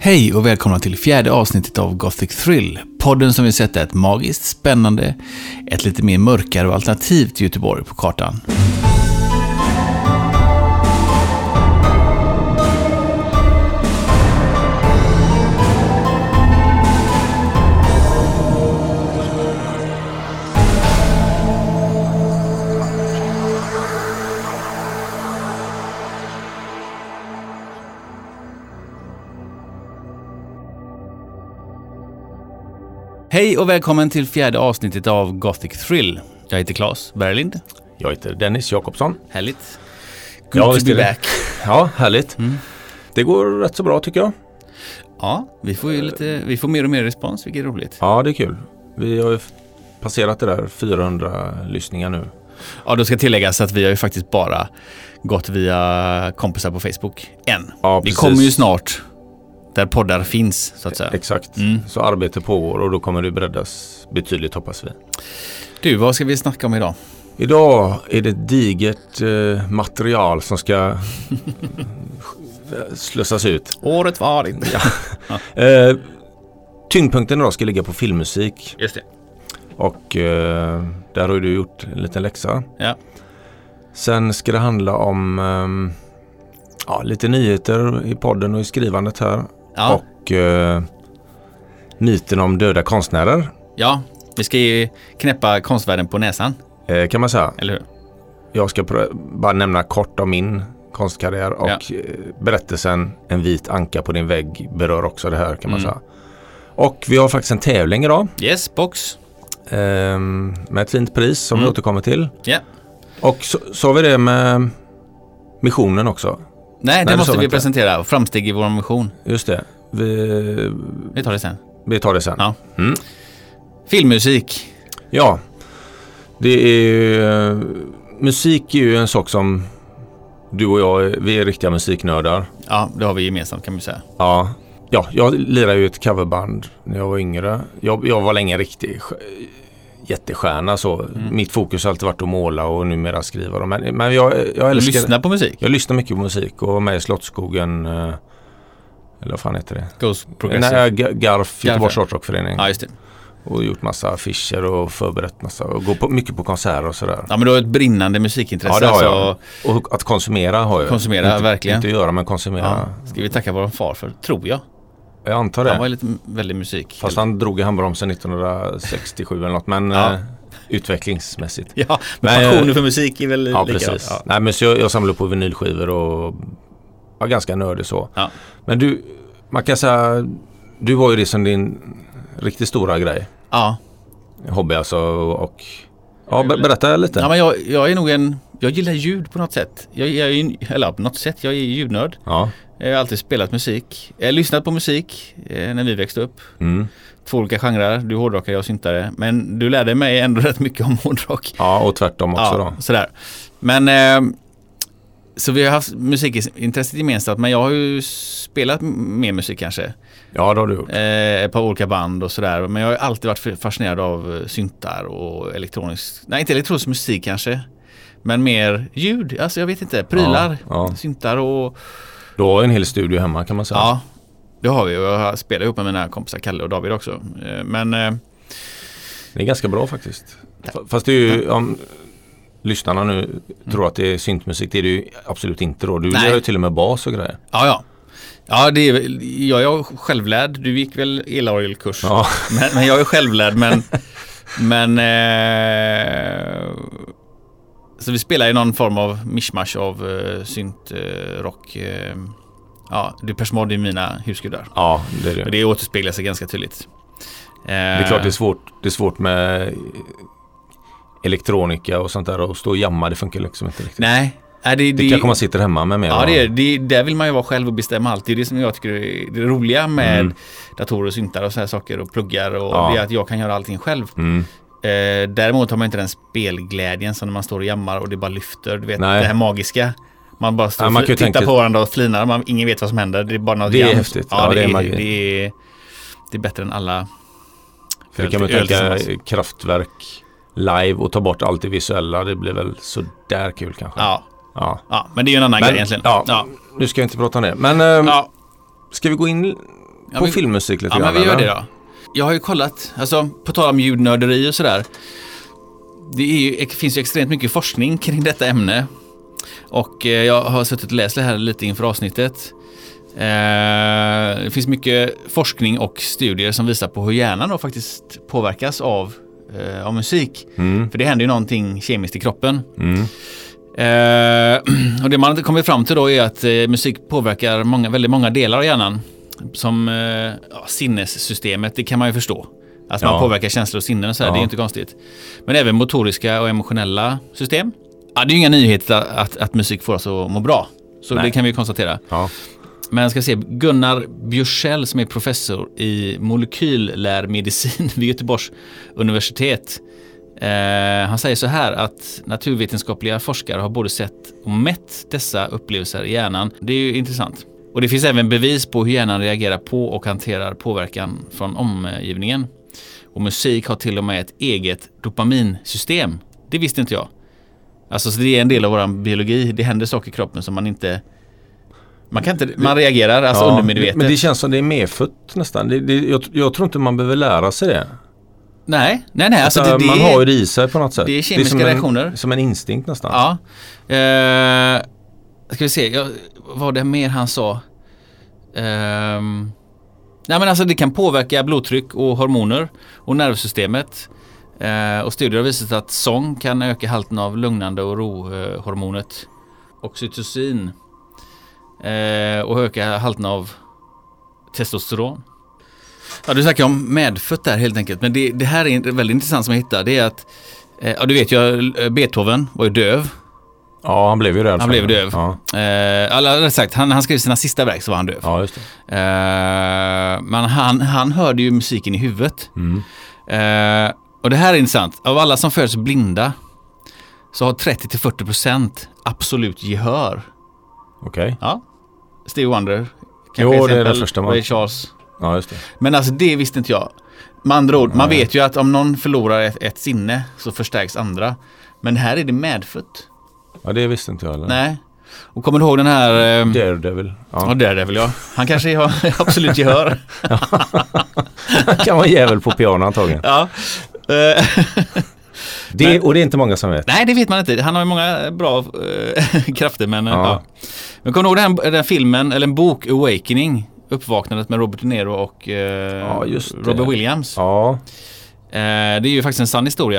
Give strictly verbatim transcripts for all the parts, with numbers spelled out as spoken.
Hej och välkomna till fjärde avsnittet av Gothic Thrill, podden som vill sätta ett magiskt, spännande, ett lite mer mörkare och alternativt Göteborg på kartan. Hej och välkommen till fjärde avsnittet av Gothic Thrill. Jag heter Claes Berglind. Jag heter Dennis Jakobsson. Härligt. Good ja, to be back. Ja, härligt. Mm. Det går rätt så bra tycker jag. Ja, vi får ju lite, vi får mer och mer respons, vilket är roligt. Ja, det är kul. Vi har ju passerat det där fyrahundra lyssningar nu. Ja, då ska tilläggas att vi har ju faktiskt bara gått via kompisar på Facebook än. Ja, vi kommer ju snart där poddar finns, så att säga. Exakt. Mm. Så arbetet pågår och då kommer det breddas betydligt, hoppas vi. Du, vad ska vi snacka om idag? Idag är det ett digert eh, material som ska slussas ut. Året var inte. Ja. ja. eh, tyngdpunkten idag ska ligga på filmmusik. Just det. Och eh, där har du gjort en liten läxa. Ja. Sen ska det handla om eh, ja, lite nyheter i podden och i skrivandet här. Ja. Och eh, myten om döda konstnärer. Ja, vi ska ju knäppa konstvärlden på näsan. Eh, kan man säga. Eller hur? Jag ska pr- bara nämna kort om min konstkarriär. Och ja. berättelsen En vit anka på din vägg berör också det här, kan man mm. säga. Och vi har faktiskt en tävling idag. Yes, box. Eh, med ett fint pris som mm. vi återkommer till. Ja. Yeah. Och så, så har vi det med missionen också. Nej, det Nej, måste vi inte. presentera. Framsteg i vår mission. Just det. Vi, vi tar det sen. Vi tar det sen. Ja. Mm. Filmmusik. Ja. Det är musik är ju en sak som du och jag, vi är riktiga musiknördar. Ja, det har vi gemensamt, kan man säga. Ja. Ja, jag lirade ju ett coverband när jag var yngre. Jag, jag var länge riktig jättestjärna så. Mm. Mitt fokus har alltid varit att måla och numera skriva. Men, men jag, jag älskar... Du lyssnar på musik? Jag lyssnar mycket på musik och var med i Slottsskogen, eller vad fan heter det? Ghost Progressive? Nej, G- Garf, Göteborgs Rockförening. Ja, just det. Och gjort massa affischer och förberett massa och gå på, mycket på konserter och sådär. Ja, men du har ett brinnande musikintresse. Ja, det har alltså... jag. Och att konsumera har jag. Konsumera, inte, verkligen. Inte göra, men konsumera. Ja. Ska vi tacka vår far för, tror jag. Jag antar det. Han var lite väldigt musik. Fast han drog i handbromsen nittonhundrasextiosju eller något, men ja. eh, utvecklingsmässigt. Ja, men nej, passionen för musik är väl ja, lika. Precis. Ja. Nej, men så jag, jag samlar på vinylskivor och var ganska nördig så. Ja. Men du, man kan säga, du var ju det som din riktigt stora grej. Ja. Hobby alltså och ja, ber- berätta lite. Ja, men jag, jag är nog en, jag gillar ljud på något sätt. Jag, jag är, eller på något sätt, jag är ljudnörd. Ja. Jag har alltid spelat musik. Jag har lyssnat på musik eh, när vi växte upp. Mm. Två olika genrer. Du hårdrockare, jag syntare. Men du lärde mig ändå rätt mycket om hårdrock. Ja, och tvärtom också ja, då. Sådär. Men eh, så vi har haft musikintresset gemensamt. Men jag har ju spelat mer musik kanske. Ja, det har du gjort. Eh, ett par olika band och sådär. Men jag har alltid varit fascinerad av syntar och elektronisk... Nej, inte elektronisk musik kanske. Men mer ljud. Alltså jag vet inte. Prylar. Ja, ja. Syntar och... Du har en hel studio hemma, kan man säga. Ja, det har vi. Jag har spelat ihop med mina kompisar Kalle och David också. Men... Eh... Det är ganska bra faktiskt. Tack. Fast det är ju... Om lyssnarna nu mm. tror att det är syntmusik, det är det ju absolut inte då. Du gör ju till och med bas och grejer. Ja, ja. Ja, det är, jag är självlärd. Du gick väl elorgelkurs. Ja. Men, men jag är självlärd. Men, men eh, så vi spelar i någon form av mishmash av eh, synt, eh, rock. Eh, ja, Depeche Mode är mina husgudar. Ja, det är det. Och det återspeglar sig ganska tydligt. Eh, det är klart det är svårt, det är svårt med elektronika och sånt där och stå och jamma, det funkar liksom inte riktigt. Nej. Är det, det, det kanske man sitter hemma med mer. Ja, det är, det, där vill man ju vara själv och bestämma allt. Det är det som jag tycker är det roliga med mm. datorer och syntar och så här saker och pluggar och ja. det är att jag kan göra allting själv. Mm. Eh, däremot har man inte den spelglädjen som när man står och jammar och det bara lyfter. Du vet, Nej. det här magiska. Man bara står ja, man och tittar tänka... på varandra och flinar. Man, ingen vet vad som händer. Det är bara något Det är jams. häftigt. Ja, ja, det, det, är, är, det, är, det är bättre än alla. För det kan man tänka kraftverk live och ta bort allt det visuella. Det blir väl så där kul kanske. Ja. Ja. ja, men det är ju en annan men, grej egentligen. Ja, ja. Nu ska jag inte prata om det. Men äh, ja. ska vi gå in ja, på vi, filmmusik lite ja, grann? Ja, men vi gör eller? det då. Jag har ju kollat, alltså på tal om ljudnörderi och sådär. Det, är ju, det finns ju extremt mycket forskning kring detta ämne. Och eh, jag har suttit och läst det här lite inför avsnittet. Eh, det finns mycket forskning och studier som visar på hur hjärnan då faktiskt påverkas av, eh, av musik. Mm. För det händer ju någonting kemiskt i kroppen. Mm. Eh, och det man kommer fram till då är att eh, musik påverkar många, väldigt många delar av hjärnan. Som eh, ja, sinnessystemet, det kan man ju förstå. Alltså ja. man påverkar känslor och sinnen och så här, ja. det är inte konstigt. Men även motoriska och emotionella system. Ja, det är ju inga nyheter att, att, att musik får oss att må bra. Så Nej. det kan vi konstatera. Ja. Men jag ska se, Gunnar Björshäll som är professor i molekyllärmedicin vid Göteborgs universitet. Eh, han säger så här att naturvetenskapliga forskare har både sett och mätt dessa upplevelser i hjärnan. Det är ju intressant. Och det finns även bevis på hur hjärnan reagerar på och hanterar påverkan från omgivningen. Och musik har till och med ett eget dopaminsystem. Det visste inte jag. Alltså så det är en del av vår biologi. Det händer saker i kroppen som man inte... Man kan inte... Man reagerar alltså ja, undermedvetet. Men det känns som det är medfött nästan. Det, det, jag, jag tror inte man behöver lära sig det. Nej, nej, nej. Alltså alltså, det, man det, har ju det i sig på något sätt. Det är kemiska det är som reaktioner. En, som en instinkt nästan. Ja. Eh, ska vi se. Jag, vad var det mer han sa? Eh, nej men alltså det kan påverka blodtryck och hormoner och nervsystemet. Eh, och studier har visat att sång kan öka halten av lugnande och rohormonet oxytocin. Eh, och öka halten av testosteron. Ja, du snackar om medfött där helt enkelt. Men det, det här är väldigt intressant som jag hittade. Det är att, eh, ja du vet ju, Beethoven var ju döv. Ja, han blev ju döv. Han blev döv. Ja. Eh, eller sagt, han, han skrev sina sista verk så var han döv. Ja, just det. Eh, men han, han hörde ju musiken i huvudet. Mm. Eh, och det här är intressant. Av alla som föds blinda så har trettio till fyrtio procent absolut gehör. Okej. Okay. Ja. Stevie Wonder. Jo, det är det första man... Ray Charles. Ja, just det. Men alltså det visste inte jag. Med andra ord, man vet ju att om någon förlorar ett, ett sinne så förstärks andra. Men här är det medfött. Ja, det visste inte jag heller. Nej. Och kommer du ihåg den här... Eh... Daredevil. Ja, ja Daredevil, ja. Han kanske har absolut gehör. Han kan vara jävel på piano antagligen. Ja. det, men, och det är inte många som vet. Nej, det vet man inte. Han har ju många bra äh, krafter. Men, ja. Ja. men kommer du ihåg den, här, den här filmen, eller en bok, Awakening? Uppvaknandet med Robert De Niro och eh, ja, Robert Williams. Ja. Eh, det är ju faktiskt en sann historia.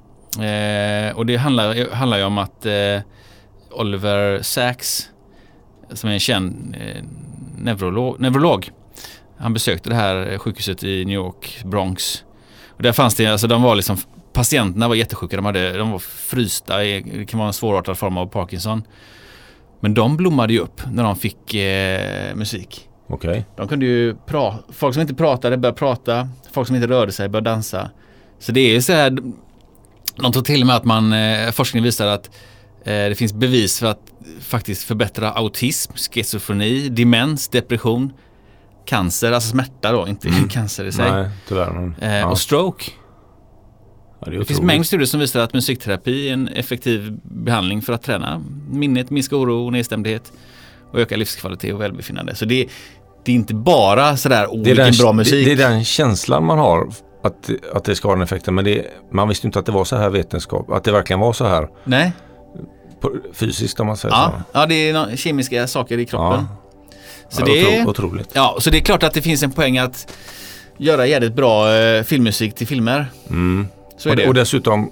Eh, och det handlar, handlar ju om att eh, Oliver Sacks, som är en känd eh, neurolog, neurolog, han besökte det här sjukhuset i New York, Bronx. Och där fanns det, alltså de var liksom, patienterna var jättesjuka, de, hade, de var frysta, det kan vara en svårartad form av Parkinson. Men de blommade ju upp när de fick eh, musik. Okay. De kunde ju pra- folk som inte pratade började prata, folk som inte rörde sig började dansa. Så det är ju så här, de tror till och med att man, eh, forskning visar att eh, det finns bevis för att faktiskt förbättra autism, schizofreni, demens, depression, cancer, alltså smärta då, inte mm. cancer i sig. Nej, tyvärr. Eh, ja. Och stroke. Ja, det, det finns mängd studier som visar att musikterapi är en effektiv behandling för att träna minnet, minska oro och nedstämdhet och öka livskvalitet och välbefinnande. Så det, det är inte bara sådär, åh vilken den, bra musik. Det, det är den känslan man har att, att det ska ha den effekten. Men det, man visste inte att det var så här vetenskap, att det verkligen var så här. Nej. På, fysiskt om man säger ja, så. Ja, det är no- kemiska saker i kroppen. Ja. Så ja, det är otroligt. Ja, så det är klart att det finns en poäng att göra jävligt bra eh, filmmusik till filmer. Mm. Så är och, det. Och dessutom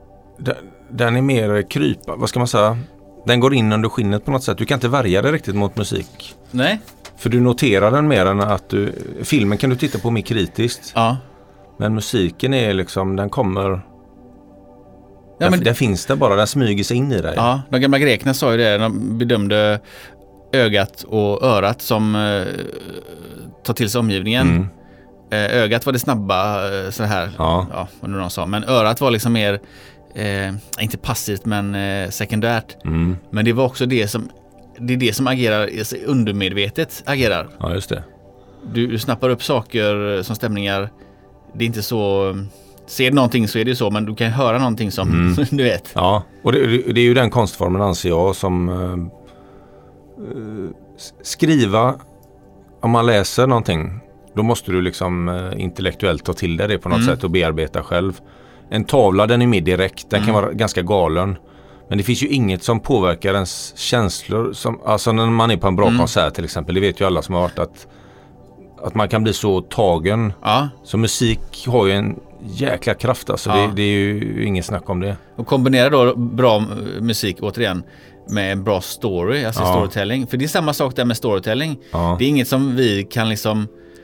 den är mer krypa, vad ska man säga? Den går in under skinnet på något sätt. Du kan inte värja dig riktigt mot musik. Nej. För du noterar den mer än att du... Filmen kan du titta på mer kritiskt. Ja. Men musiken är liksom, den kommer... Ja, den, men... den finns där bara, den smyger sig in i dig. Ja, de gamla grekerna sa ju det. De bedömde ögat och örat som eh, tar till sig omgivningen. Mm. Eh, ögat var det snabba, eh, så här. Ja. Ja, vad nu de sa. Men örat var liksom mer... Eh, inte passivt men eh, sekundärt. Mm. Men det var också det som det är det som agerar undermedvetet agerar. Ja, just det. Du, du snappar upp saker som stämningar. Det är inte så, ser du någonting så är det så, men du kan höra någonting som mm. du vet. Ja, och det, det är ju den konstformen anser jag som uh, skriva, om man läser någonting Då måste du liksom eh, intellektuellt ta till dig det på något Mm. sätt och bearbeta själv. En tavla, den är mer direkt. Den Mm. kan vara ganska galen. Men det finns ju inget som påverkar ens känslor. Som, alltså när man är på en bra Mm. konsert till exempel. Det vet ju alla som har varit att, att man kan bli så tagen. Ja. Så musik har ju en jäkla kraft. Alltså. Ja. Det, det är ju ingen snack om det. Och kombinera då bra musik återigen med en bra story, alltså Ja. storytelling. För det är samma sak där med storytelling. Ja. Det är inget som vi kan liksom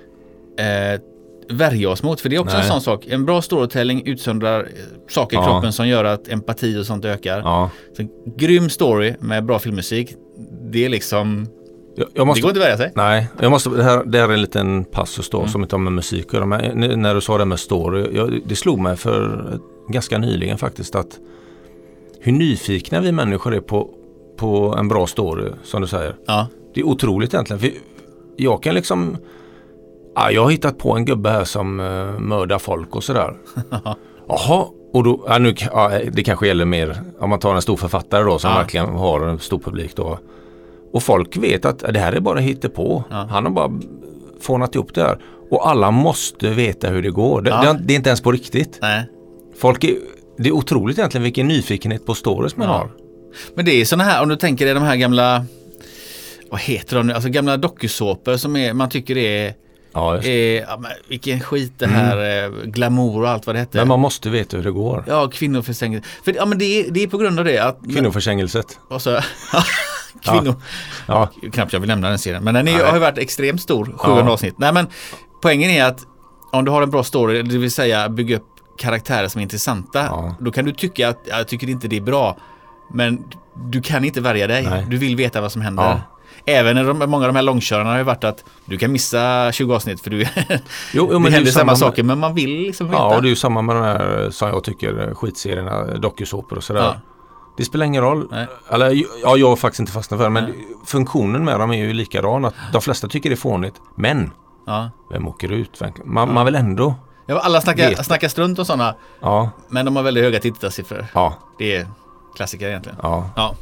eh, värja oss mot. För det är också Nej. en sån sak. En bra storytelling utsöndrar eh, saker i Ja. kroppen som gör att empati och sånt ökar. Ja. Så, grym story med bra filmmusik. Det är liksom... Jag, jag måste, det går inte att värja sig. Nej, jag måste, det, här, det här är en liten passus då Mm. som inte har med musik att göra. Men n- när du sa det med story, jag, det slog mig för ganska nyligen faktiskt att hur nyfikna vi människor är på, på en bra story, som du säger. Ja. Det är otroligt egentligen. För jag kan liksom, ja, jag har hittat på en gubbe här som uh, mördar folk och sådär. Jaha, och då, ja, nu, ja, det kanske gäller mer om man tar en stor författare då som Ja. verkligen har en stor publik då. Och folk vet att det här är bara hittepå. Ja. Han har bara fånat ihop det här. Och alla måste veta hur det går. Det, Ja. det, det är inte ens på riktigt. Nej. Folk är, det är otroligt egentligen vilken nyfikenhet på stories man Ja. har. Men det är såna här, om du tänker dig de här gamla, vad heter de nu? Alltså gamla dokusåpor som är, man tycker är, Ja, just. är ja, men vilken skit det här, mm. glamour och allt vad det heter. Men man måste veta hur det går. Ja, kvinnoförsängelse. För ja, men det är, det är på grund av det att... Kvinnoförsängelset. Och så, kvinnor... Ja. Knappt jag vill nämna den serien. Men den är, Nej. har ju varit extremt stor, sjuhundra Ja. avsnitt. Nej, men poängen är att om du har en bra story, det vill säga bygga upp karaktärer som är intressanta, Ja. då kan du tycka att jag tycker inte det är bra. Men du kan inte värja dig. Nej. Du vill veta vad som händer. Ja. Även när de, många av de här långkörarna har ju varit att du kan missa tjugo avsnitt för du, Jo, jo, men det är händer ju samma med- saker, men man vill liksom veta. Ja, och det är ju samma med de här som jag tycker skitserierna, dokusåpor och sådär. Ja. Det spelar ingen roll. Nej. Eller, ja, jag har faktiskt inte fastnat för det, men Nej. funktionen med dem är ju likadan. Att de flesta tycker det är fånigt. Men, Ja. vem åker ut? Man, man vill ändå. Ja, alla snackar, Vet. snackar strunt och sådana, Ja, men de har väldigt höga tittarsiffror. ja, Det är klassiker egentligen. ja. Ja.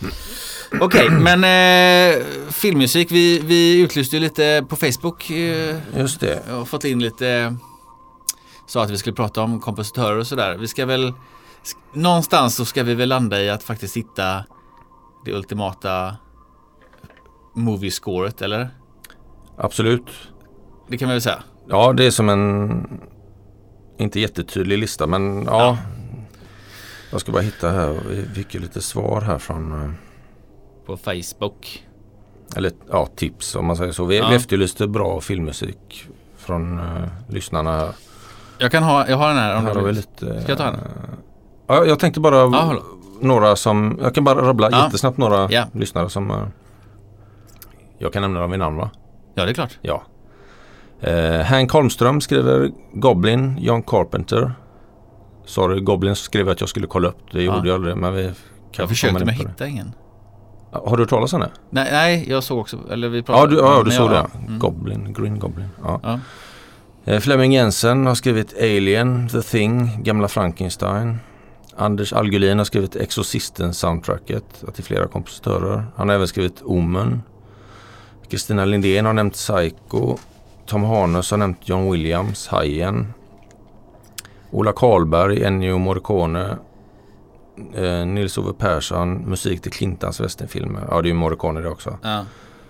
Okej, men eh, filmmusik, vi, vi utlyste ju lite på Facebook eh, Just det. och fått in lite, sa att vi skulle prata om kompositörer och sådär. Vi ska väl, sk- någonstans så ska vi väl landa i att faktiskt hitta det ultimata movie-scoret, eller? Absolut. Det kan man väl säga. Ja, det är som en inte jättetydlig lista, men ja. Ja. Jag ska bara hitta här. Vi fick ju lite svar här från, eh, På Facebook. eller ja, tips om man säger så. Vi, Ja. vi efterlyste bra filmmusik från uh, lyssnarna här. Jag kan ha, jag har den här. Om Här du har vi vill. lite, Ska jag ta den? eh, Ja, jag tänkte bara Ja, hålla. några som, jag kan bara rabbla Ja. jättesnabbt några Ja. lyssnare som uh, jag kan nämna dem vid namn, va? Ja, det är klart. Ja. Uh, Hank Holmström skriver Goblin, John Carpenter. Sorry, Goblin skrev att jag skulle kolla upp. Det Ja. gjorde jag aldrig, men vi Jag kanske försökte kommer men in på det. hitta ingen. Har du hört talas om det? Nej, nej, jag såg också, eller vi Ja, pratade. du, ja, men du jag- såg det. Mm. Goblin, Green Goblin. Ja. Ja. Eh, Flemming Jensen har skrivit Alien, The Thing, Gamla Frankenstein. Anders Algolin har skrivit Exorcisten-soundtracket, till flera kompositörer. Han har även skrivit Omen. Kristina Lindén har nämnt Psycho. Tom Hanus har nämnt John Williams, Hajen. Ola Karlberg, Ennio Morricone. Eh, Nils-Ove Persson, musik till Clintons westernfilmer. Ja, det är ju Morricone det också. Ja.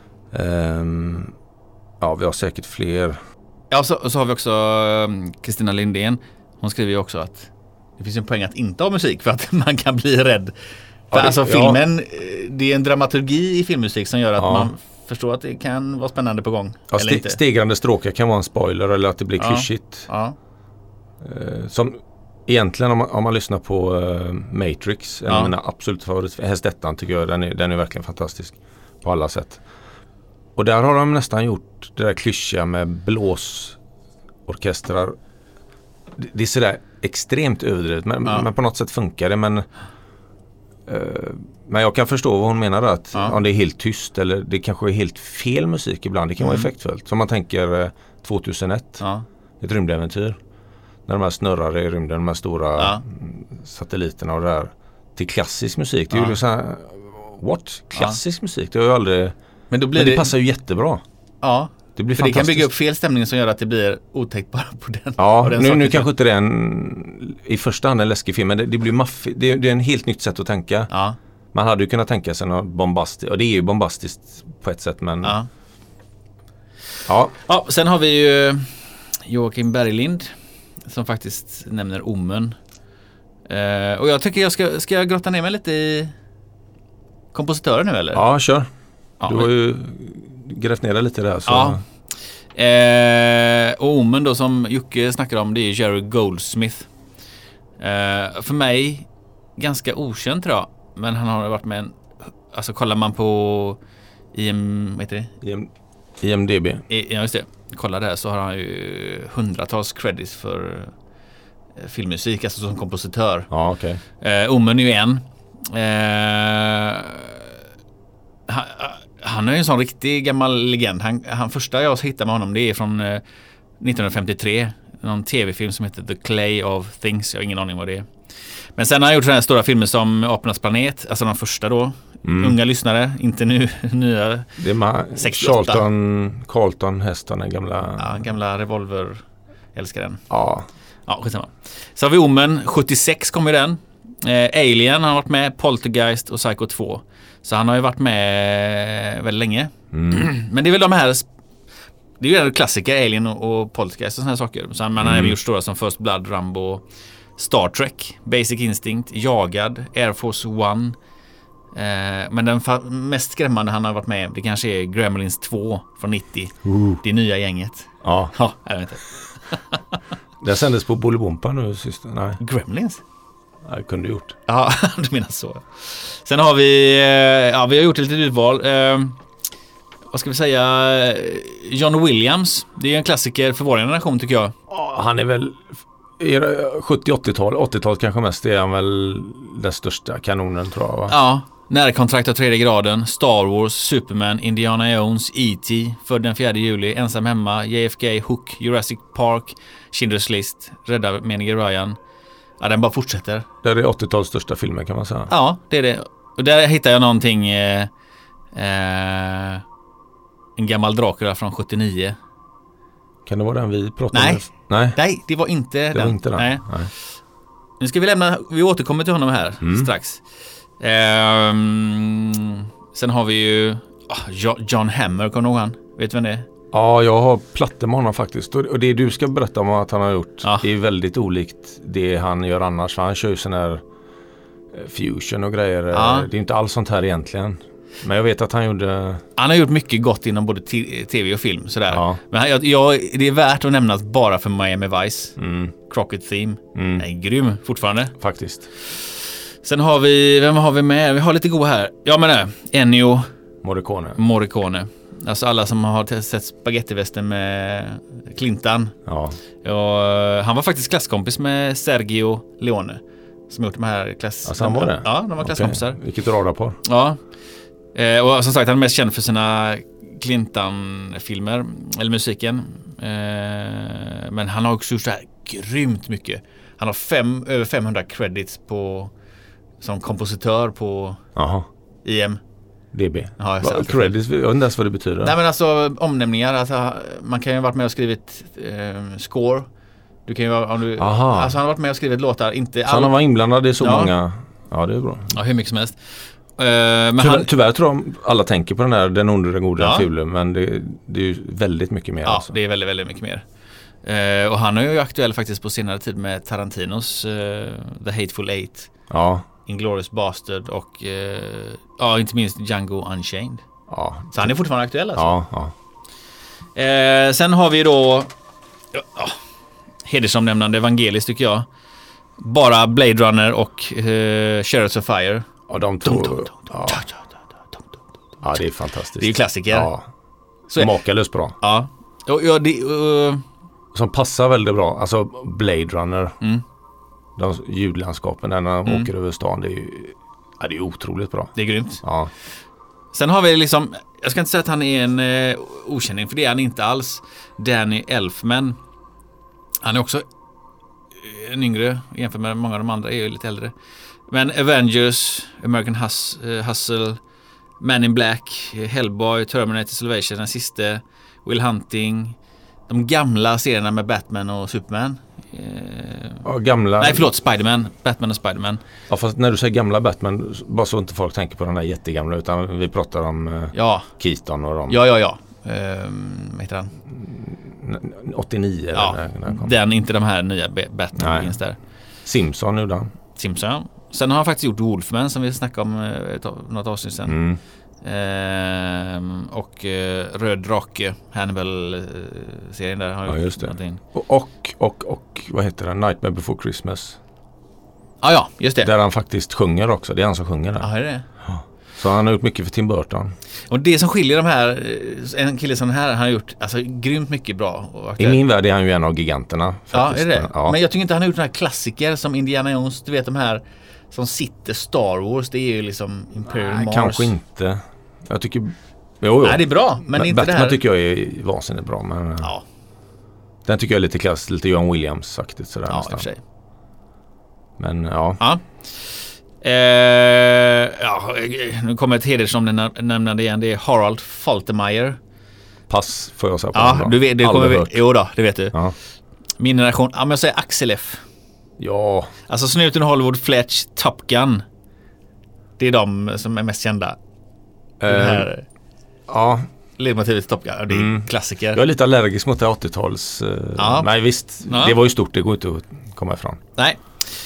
Ehm, ja, vi har säkert fler. Ja, så, så har vi också um, Kristina Lindén. Hon skriver ju också att det finns en poäng att inte ha musik för att man kan bli rädd. För Ja, det- alltså ja. filmen, eh, det är en dramaturgi i filmmusik som gör att Ja. man förstår att det kan vara spännande på gång. Ja, eller ste- inte. stegrande stråkar kan vara en spoiler eller att det blir Ja. klyschigt. Ja, Eh, som egentligen om man, om man lyssnar på eh, Matrix, en Ja. av mina absolut favorit, Hästettan tycker jag, den är, den är verkligen fantastisk på alla sätt. Och där har de nästan gjort det där klyschiga med blåsorkestrar. Det, det är sådär extremt överdrivet, men, Ja. men på något sätt funkar det. Men, eh, men jag kan förstå vad hon menar, att Ja. om det är helt tyst eller det kanske är helt fel musik ibland, det kan vara Mm. effektfullt. Som man tänker eh, tvåtusenett, ja, ett rymdäventyr. När de här snurrar i rymden, de här stora Ja. mm, satelliterna och det där. Till klassisk musik. Det är Ja. ju så här, what? Klassisk musik? Det har ju aldrig... men då blir Men det, det, passar ju jättebra. ja, Det blir För det kan bygga upp fel stämning som gör att det blir otäckt bara på den. Ja, den nu, nu kanske inte det är en, i första hand en läskig film, men det, det blir maffig, det, det är en helt nytt sätt att tänka. Ja. Man hade ju kunnat tänka sig något bombastiskt, och det är ju bombastiskt på ett sätt, men... Ja. Ja. Ja, sen har vi ju Joakim Berglind som faktiskt nämner Omen. Uh, och jag tycker jag ska, ska jag grotta ner mig lite i kompositören nu eller? Ja, kör. Ja, du har ju grävt ner dig lite där. Så. Ja. Uh, och Omen då som Jocke snackar om, det är Jerry Goldsmith. Uh, för mig ganska okänd tror jag. Men han har varit med en, alltså kollar man på I M, vad heter det? I M, I M D B. I, ja just det, kolla där så har han ju hundratals credits för eh, filmmusik, alltså som kompositör. Ja, okej. Okay. Eh, Omen är ju en. Eh, han, han är ju en sån riktig gammal legend. Han, han första jag hittade med honom, det är från eh, nittonhundrafemtiotre. Någon tv-film som heter The Clay of Things. Jag har ingen aning vad det är. Men sen har han gjort sådana här stora filmer som Apornas planet, alltså de första då. Mm. Unga lyssnare, inte nu nya. Det är ma- Charlton, Carlton Heston, den gamla... Ja, gamla revolver, älskar den. Ja. Ja, skitsamma. Så har vi Omen, sjuttiosex kommer den. Eh, Alien han har varit med, Poltergeist och Psycho två. Så han har ju varit med väldigt länge. Mm. Men det är väl de här, det är ju en klassiker, Alien och, och Poltergeist och sådana här saker. Så man mm. har även gjort stora som First Blood, Rambo, Star Trek, Basic Instinct, Jagad, Air Force One. Eh, men den fa- mest skrämmande han har varit med, det kanske är Gremlins två från nittio. Uh. Det nya gänget. Ja. Ja, jag vet inte. Det sändes på Bolibompa nu sist. Nej. Gremlins? Ja, det kunde du gjort. Ja, du menar så. Sen har vi, ja vi har gjort ett litet urval. Eh, vad ska vi säga? John Williams, det är en klassiker för vår generation tycker jag. Ja, han är väl sjuttio-åttiotal, åttiotal kanske mest, är han väl den största kanonen tror jag va? Ja, Närkontrakt av tredje graden, Star Wars, Superman, Indiana Jones, E T, Född den fjärde juli, Ensam hemma, J F K, Hook, Jurassic Park, Schindler's List, Rädda menige Ryan. Ja, den bara fortsätter. Det är åttio-talets största filmer kan man säga. Ja, det är det. Och där hittar jag någonting eh, eh, en gammal Dracula från sjuttionio. Kan det vara den vi pratade Nej. om? Nej. Nej, det var inte det den. Var inte den. Nej. Nej. Nu ska vi lämna, vi återkommer till honom här mm. strax. Ehm, sen har vi ju oh, John Hammer, kommer du ihåg han? Vet du vem det är? Ja, jag har plattor med honom faktiskt. Och det du ska berätta om att han har gjort ja. är väldigt olikt det han gör annars. För han kör ju sån här fusion och grejer. Ja. Det är inte alls sånt här egentligen. Men jag vet att han gjorde... Han har gjort mycket gott inom både t- tv och film. Sådär. Ja. Men jag, jag, det är värt att nämna bara för Miami Vice. Mm. Crockett Theme. Mm. Nej, grym fortfarande. Faktiskt. Sen har vi, vem har vi med? Vi har lite goda här. Ja men det, Ennio Morricone. Morricone. Alltså alla som har sett Spagettivästen med Clintan. Ja. Och han var faktiskt klasskompis med Sergio Leone. Som gjort de här klass... Alltså han var det? Ja, de var klasskompisar. Okay. Vilket radarpar. Ja. Eh, och som sagt, han är mest känd för sina Clintan-filmer. Eller musiken. Eh, men han har också gjort så här grymt mycket. Han har fem, över femhundra credits på som kompositör på Aha. I M D B. Ja, Va, credits, jag vet inte ens vad det betyder. Nej men alltså omnämningar, alltså, man kan ju ha varit med och skrivit eh, score. Du kan ju om du, Aha. alltså han har varit med och skrivit låtar, inte all... Så han var inblandad i så ja. många. Ja, det är bra. Ja, hur mycket som helst. Uh, men tyvärr, han... tyvärr tror jag alla tänker på den här Den onde, den gode, ja. den fule, men det, det är ju väldigt mycket mer. Ja, alltså. det är väldigt, väldigt mycket mer. Uh, och han är ju aktuell faktiskt på senare tid med Tarantinos uh, The Hateful Eight. Ja. Inglourious Bastard och uh, ja, inte minst Django Unchained. Ja. Så han är fortfarande aktuell alltså. Ja, ja. Uh, sen har vi då uh, hedersomnämnande evangeliskt tycker jag. Bara Blade Runner och uh, Chariots of Fire. Ja, de två. Ja. Ja, det är fantastiskt. Det är ju klassiker. Ja. Så makalöst bra. Ja. Och, ja det, uh... som passar väldigt bra. Alltså Blade Runner. Mm. De ljudlandskapen när de mm. åker över stan. Det är ju ja, det är otroligt bra. Det är grymt. Ja. Sen har vi liksom, jag ska inte säga att han är en uh, okänning, för det är han inte alls. Danny Elfman. Han är också en yngre, jämfört med många av de andra är ju lite äldre. Men Avengers, American Hus- uh, Hustle, Man in Black, Hellboy, Terminator Salvation, den sista, Will Hunting, de gamla serierna med Batman och Superman. Eh, ja, gamla... Nej, förlåt, Spiderman. Batman och Spiderman. Ja, fast när du säger gamla Batman, bara så inte folk tänker på den där jättegamla, utan vi pratar om eh, ja. Keaton och dem. Ja, ja, ja. Eh, vad heter han? åttionio. Ja, eller när, när den, inte de här nya Batman finns där. Simpson nu då. Simpson. Sen har han faktiskt gjort Wolfman som vi snackade om ett, något avsnitt sen. Mm. Ehm, och eh, Röd Drake, Hannibal-serien där har ja, just det. In. Och, och, och, och, vad heter det? Nightmare Before Christmas. Ah, ja, just det. Där han faktiskt sjunger också. Det är han som sjunger där. Ja, är det? Ja. Så han har gjort mycket för Tim Burton. Och det som skiljer de här, en kille som här, han har gjort alltså, grymt mycket bra. Och I min värld är han ju en av giganterna. Faktiskt. Ja, är det? Ja. Men jag tycker inte han har gjort några klassiker som Indiana Jones. Du vet de här som sitter Star Wars, det är ju liksom Imperial Nej, Mars. kanske inte. Jag tycker... Jo, jo. Nej, det är bra, men, men inte Batman det här. tycker jag är vansinnigt bra, men... Ja. Den tycker jag är lite klass, lite John Williams-aktigt sådär. Ja, nästan. i och för sig. Men, ja. Ja. Eh, ja, nu kommer ett hedersomnämnande igen. Det är Harald Faltermeyer. Pass får jag säga på Ja, du vet, det kommer vi, jo då, det vet du. Ja. Min generation, ja men jag säger Axel F. Ja. Alltså Snuten, Hollywood, Fletch, Top Gun. Det är de som är mest kända. Eh, det här ja. ledmotivet till Top Gun, det är Mm. klassiker. Jag är lite allergisk mot det åttio-tals. Eh, Ja. Nej visst, Ja. det var ju stort, det går inte att komma ifrån. Nej.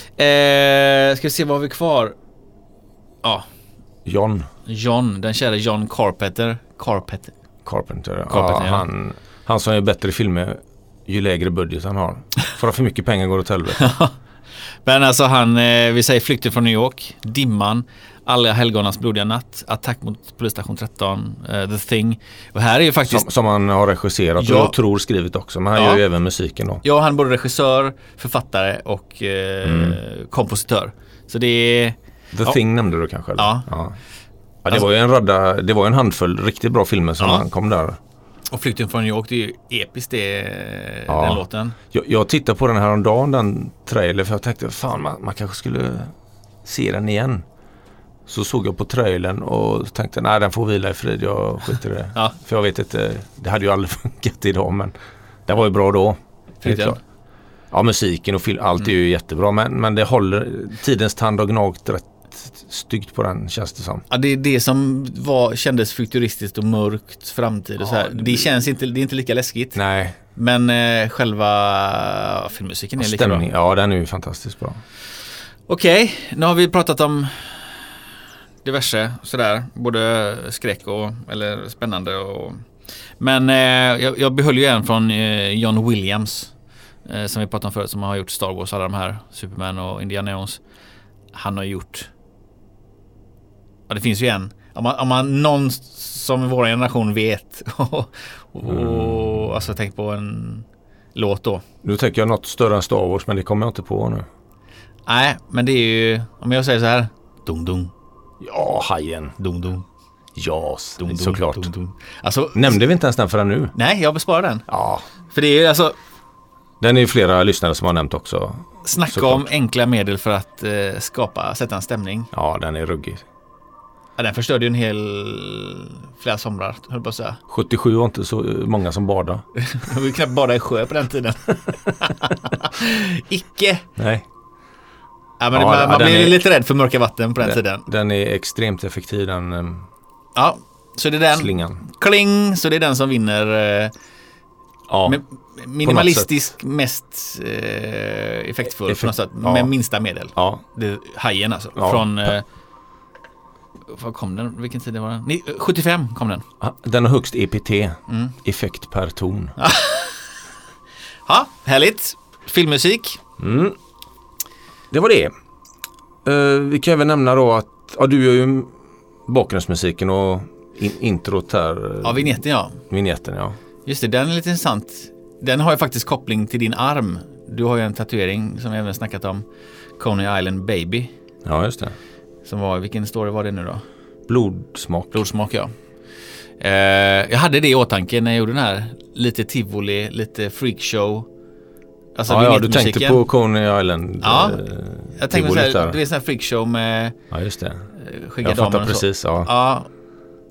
Eh, ska vi se vad har vi kvar? Ja, John John, den kära John Carpenter. Carpenter. Carpenter. Carpenter, ja, ja. han, han som är bättre filmer ju lägre budget han har. För att för mycket pengar går åt helvete. Men alltså han, eh, vi säger Flykten från New York, Dimman, Alla helgonas blodiga natt, Attack mot polisstation tretton, uh, The Thing. Och här är ju faktiskt... Som, som han har regisserat Ja. och jag tror skrivit också. Men han Ja. gör ju även musiken då. Ja, han är både regissör, författare och eh, Mm. kompositör. Så det är... The Ja. Thing nämnde du kanske? Eller? Ja. ja. Ja, det Alltså- var ju en radda, det var ju en handfull riktigt bra filmer som Ja. han kom där. Och Flykten från New York, det är ju episkt det, Ja. den låten. Jag, jag tittade på den här om dagen, den trailer, för jag tänkte fan man, man kanske skulle se den igen. Så såg jag på trailern och tänkte nej, den får vila i frid, jag skiter i det. Ja. För jag vet inte, det hade ju aldrig funkat idag, men det var ju bra då. Helt Flykten. klart. Ja, musiken och film, allt är ju jättebra, men, men det håller, tidens tand har gnagt rätt styggt på den, känns det som. Ja, det är det som var, kändes futuristiskt och mörkt framtid och så här. Ja, Det känns inte, det är inte lika läskigt. Nej. Men eh, själva filmmusiken är lika bra. Stämning, ja den är ju fantastiskt bra. Okej, nu har vi pratat om diverse sådär, både skräck och eller spännande och men eh, jag, jag behöll ju en från eh, John Williams eh, som vi pratade om förut, som har gjort Star Wars, alla de här Superman och Indiana Jones. Han har gjort, ja det finns ju en, om man, om man någon som vår generation vet och, och Mm. alltså tänk på en låt då. Nu tänker jag något större än Star Wars, men det kommer jag inte på nu. Nej, men det är ju, om jag säger så här, dum dum, Ja, Hajen. dum dum, Jas, dum dum, såklart. dum dum. Alltså, Nämnde vi inte ens den förrän nu? nej, jag besparar den. Ja. För det är alltså, Den är ju flera lyssnare som har nämnt också. snacka Såklart. om enkla medel för att eh, skapa, sätta en stämning. Ja, den är ruggig. Ja, den förstörde ju en hel, flera somrar, höll på att säga. sjuttiosju var inte så många som badade. Det var ju knappt bara i sjö på den tiden. Icke. Nej. Ja, men Ja, man, ja, man den blir är- lite rädd för mörka vatten på den, Den, tiden. den är extremt effektiv, den um, Ja, så det är den. slingan. Kling, så det är den som vinner. Eh, Ja, med, minimalistisk, mest eh, effektfull Effekt- på något sätt, ja. med minsta medel. ja. Det, hajen alltså. Ja. Från, eh, vad kom den? Vilken tid det var den? Ni, sjuttiofem kom den. Den har högst E P T, Mm. effekt per ton. Ja, härligt. Filmmusik. Mm. Det var det. Uh, vi kan även nämna då att ja, du gör ju bakgrundsmusiken och in, introt här. Ja, vignetten ja. Vignetten, ja. Just det, den är lite intressant. Den har ju faktiskt koppling till din arm. Du har ju en tatuering som vi även snackat om. Coney Island Baby. Ja, just det. Som var, vilken story var det nu då? Blodsmak. Blodsmak, ja. Eh, jag hade det i åtanke när jag gjorde den här. Lite tivoli, lite freakshow. Alltså Ja, ja, du vignettmusiken. tänkte på Coney Island. Ja, eh, Jag tänkte så tivolit här, där. det är sån här freakshow med Ja, just det. eh, skäggiga Jag fattar damer och så. precis, ja. Ja,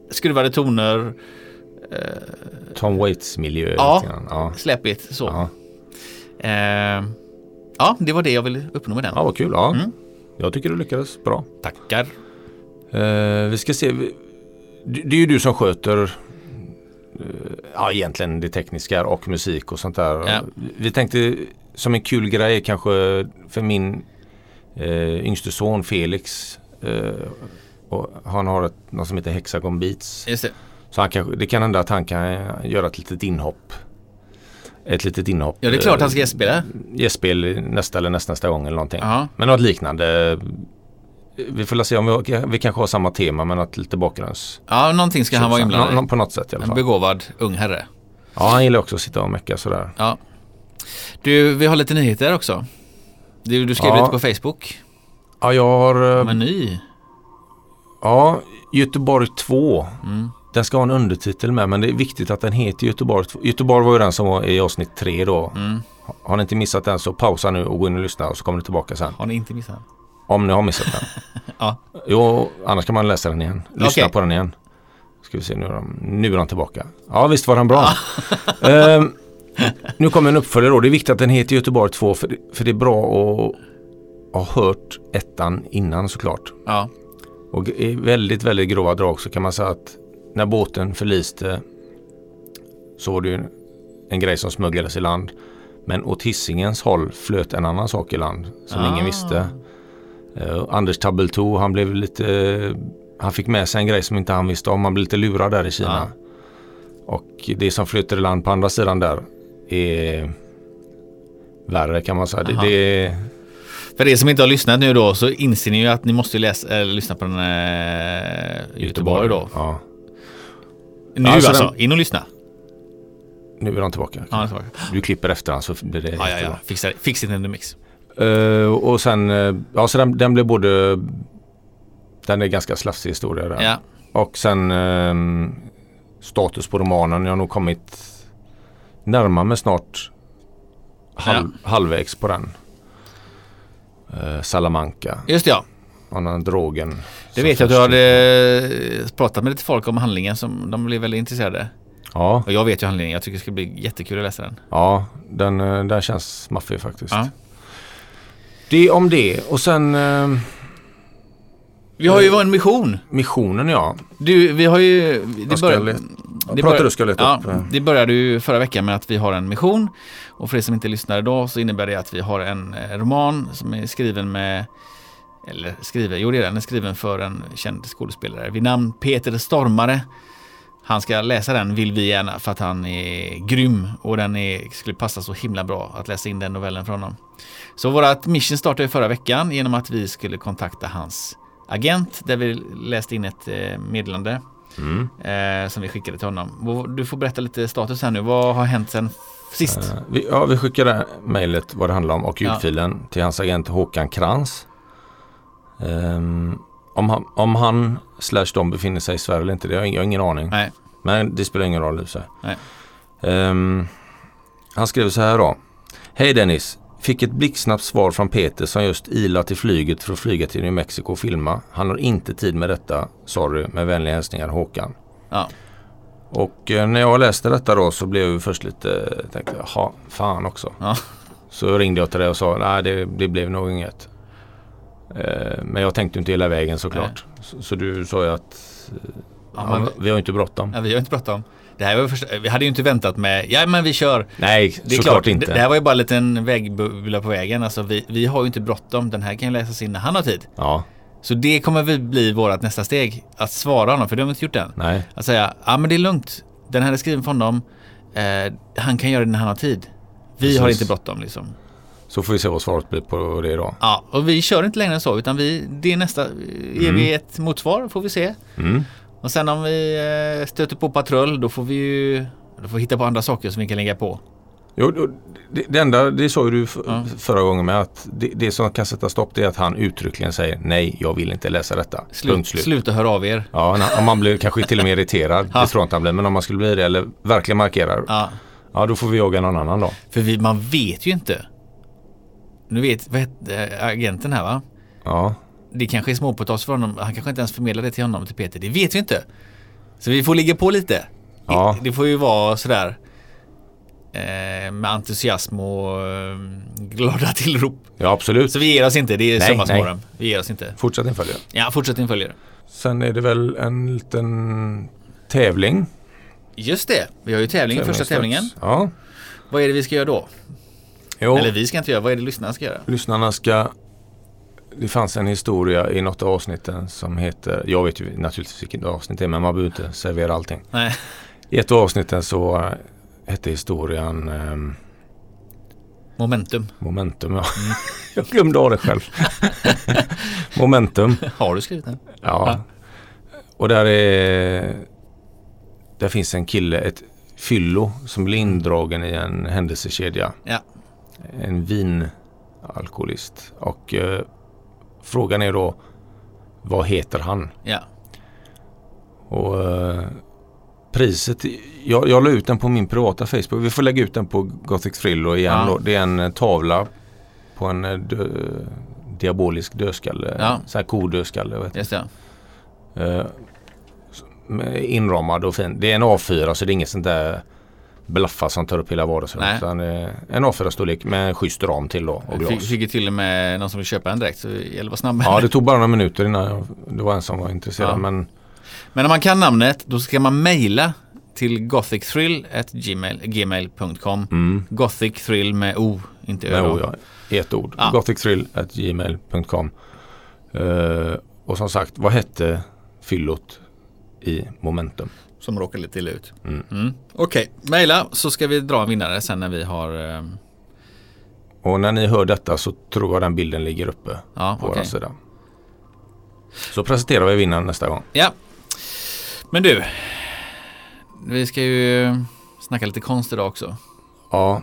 skruvade toner. Eh, Tom Waits miljö. Ja, ja. släppigt så. Ja. Eh, ja, det var det jag ville uppnå med den. Ja, vad kul. Ja. Mm. Jag tycker du lyckades bra. Tackar. Eh, vi ska se. Det, det är ju du som sköter eh, ja, egentligen det tekniska och musik och sånt där. Ja. Vi tänkte som en kul grej kanske för min eh, yngste son Felix. Eh, och han har ett, något som heter Hexagon Beats. Just det. Så han kanske, det kan hända att han kan göra ett litet inhopp. Ett litet inhopp. Ja, det är klart han ska gästspela. Gästspel nästa eller nästa, nästa gång eller någonting. Aha. Men något liknande. Vi får se om vi, vi kanske har samma tema men att lite bakgrunds. Ja, någonting ska han vara inblandad Nå, på något sätt i alla fall. En begåvad ung herre. Ja, han gillar också att sitta och mecka sådär. Ja. Du, vi har lite nyheter också. Du, du skrev ja. lite på Facebook. Ja, jag har... Men ny. Ja, Göteborg två. Mm. Den ska ha en undertitel med, men det är viktigt att den heter Göteborg två. Göteborg var ju den som var i avsnitt tre då. Mm. Har ni inte missat den så pausa nu och gå in och lyssna och så kommer ni tillbaka sen. Har ni inte missat den? Om ni har missat den. Ja. Jo, annars kan man läsa den igen. Lyssna Okay. på den igen. Ska vi se, nu är de, nu är de tillbaka. Ja, visst var den bra. ehm, nu kommer en uppföljare då. Det är viktigt att den heter Göteborg två för det, för det är bra att ha hört ettan innan såklart. Ja. Och i väldigt, väldigt grova drag så kan man säga att när båten förliste så var det ju en grej som smugglades i land. Men åt Hisingens håll flöt en annan sak i land som Ah. ingen visste. Uh, Anders Tabelto, han blev lite uh, han fick med sig en grej som inte han visste om. Han blev lite lurad där i Kina. Ja. Och det som flyter i land på andra sidan där är värre kan man säga. Det, det är... För er som inte har lyssnat nu då så inser ni ju att ni måste läsa, eller lyssna på den eh, Göteborg, Göteborg då. Ja. Nu alltså, alltså, den... in och lyssna. Nu är de tillbaka. Ja, tillbaka. Du klipper efter han så blir det ja, ja, ja. Fixa, fix it in the mix. Uh, och sen, uh, ja så den, den blev både, den är ganska slafsig historia där. Ja. Och sen uh, status på romanen, jag har nog kommit närmare mig snart halv, ja. halvvägs på den. Uh, Salamanca. Just det, ja. Och den drogen. Det vet jag att du hade pratat med lite folk om handlingen som de blev väldigt intresserade. Ja. Och jag vet ju handlingen, jag tycker det ska bli jättekul att läsa den. Ja, den, den känns maffig faktiskt. Ja. Det om det. Och sen... Eh, vi har ju en mission. Missionen, ja. Du, vi har ju... Det började, det började, du ska leta ja, upp. Det började ju förra veckan med att vi har en mission. Och för er som inte lyssnar idag så innebär det att vi har en roman som är skriven med... Eller skriven, jo det är den. Den är skriven för en känd skådespelare vid namn Peter Stormare. Han ska läsa den, vill vi gärna, för att han är grym. Och den är, skulle passa så himla bra att läsa in den novellen från honom. Så vårat mission startade förra veckan genom att vi skulle kontakta hans agent. Där vi läste in ett meddelande mm. eh, som vi skickade till honom. Du får berätta lite status här nu. Vad har hänt sen sist? Uh, vi, ja, vi skickade mejlet vad det handlar om och ljudfilen ja. till hans agent Håkan Krantz. Um, om han, om han slash de befinner sig i Sverige eller inte, det har jag, jag har ingen aning. Nej. Men det spelar ingen roll. Så. Nej. Um, han skrev så här då. Hej Dennis, fick ett blixtsnabbt svar från Peter som just ilat till flyget för att flyga till New Mexico och filma. Han har inte tid med detta, sorry, med vänliga hälsningar Håkan. Ja. Och eh, när jag läste detta då så blev jag först lite, tänkte jaha, fan också. Ja. Så ringde jag till dig och sa, nej det, det blev nog inget. Eh, men jag tänkte inte hela vägen såklart. Så, så du sa ju att eh, ja, ja, men, vi har inte bråttom. Ja, vi har inte bråttom. Det här var först, vi hade ju inte väntat med, ja men vi kör. Nej, det är såklart klart, inte. Det, det här var ju bara en liten vägbubbla på vägen. Alltså vi, vi har ju inte bråttom. Den här kan ju läsas in när han har tid. Ja. Så det kommer vi bli vårt nästa steg. Att svara honom, för det har vi inte gjort än. Nej. Att säga, ja men det är lugnt. Den här är skriven för honom. Eh, han kan göra det när han har tid. Vi Precis. har inte bråttom liksom. Så får vi se vad svaret blir på det då. Ja, och vi kör inte längre än så. Utan vi, det är nästa, ger mm. vi ett motsvar får vi se. Mm. Och sen om vi eh, stöter på patrull, då får vi ju då får vi hitta på andra saker som vi kan lägga på. Jo, det, det enda, det sa ju du f- ja. förra gången med att det, det som kan sätta stopp det är att han uttryckligen säger nej, jag vill inte läsa detta. Slut, slut. Sluta höra av er. Ja, om man blir kanske till och med irriterad, ja. det tror jag inte han blir, men om man skulle bli det eller verkligen markerar, ja, ja då får vi jaga någon annan då. För vi, man vet ju inte. Nu vet, vad heter agenten här va? Ja. Det kanske är småpotatis för honom. Han kanske inte ens förmedlar det till honom, till Peter. Det vet vi inte. Så vi får ligga på lite. Ja. Det får ju vara sådär eh, med entusiasm och eh, glada tillrop. Ja, absolut. Så vi ger oss inte, det är Nej, summasmåren. Vi ger oss inte. Fortsättning följer. Ja, fortsättning följer. Sen är det väl en liten tävling. Just det, vi har ju tävling, första tävlingen. Ja. Vad är det vi ska göra då? Jo. Eller vi ska inte göra, vad är det lyssnarna ska göra? Lyssnarna ska... Det fanns en historia i något av avsnitten som heter... Jag vet ju naturligtvis vilket avsnitt det är, men man behöver inte servera allting. Nej. I ett av avsnitten så hette historien... Um, Momentum. Momentum, ja. Mm. Jag glömde av det själv. Momentum. Har du skrivit den? Ja. ja. Och där är... Där finns en kille, ett fyllo som blir indragen i en händelsekedja. Ja. En vinalkoholist. Och eh, frågan är då, vad heter han? Ja. Och eh, priset, jag, jag la ut den på min privata Facebook. Vi får lägga ut den på Gothic Thriller igen. Ja. Då. Det är en tavla på en dö, diabolisk dödskalle. Ja. Så här kodödskalle. Vet Just det. Eh, inramad och fin. Det är en A fyra, så det är inget sånt där blaffa som tar upp hela vardagsrummet. Utan en A fyra-storlek med en schysst ram till då, och glas. Fick, fick ju till och med någon som vill köpa en direkt, så det gäller att vara snabb. Ja, det tog bara några minuter innan det var en som var intresserad. Ja. Men... men om man kan namnet, då ska man mejla till gothicthrill at gmail punkt com. Mm. Gothicthrill med O, inte Ö. Med O, ja. I ett ord. Ja. gothicthrill at gmail punkt com. Uh, och som sagt, vad hette fyllot i Momentum? Som råkar lite illa ut. Mm. Mm. Okej, okay. Mejla så ska vi dra en vinnare sen när vi har... Um... Och när ni hör detta så tror jag den bilden ligger uppe ja, på okay. vår sida. Så presenterar vi vinnaren nästa gång. Ja. Men du, vi ska ju snacka lite konst idag också. Ja.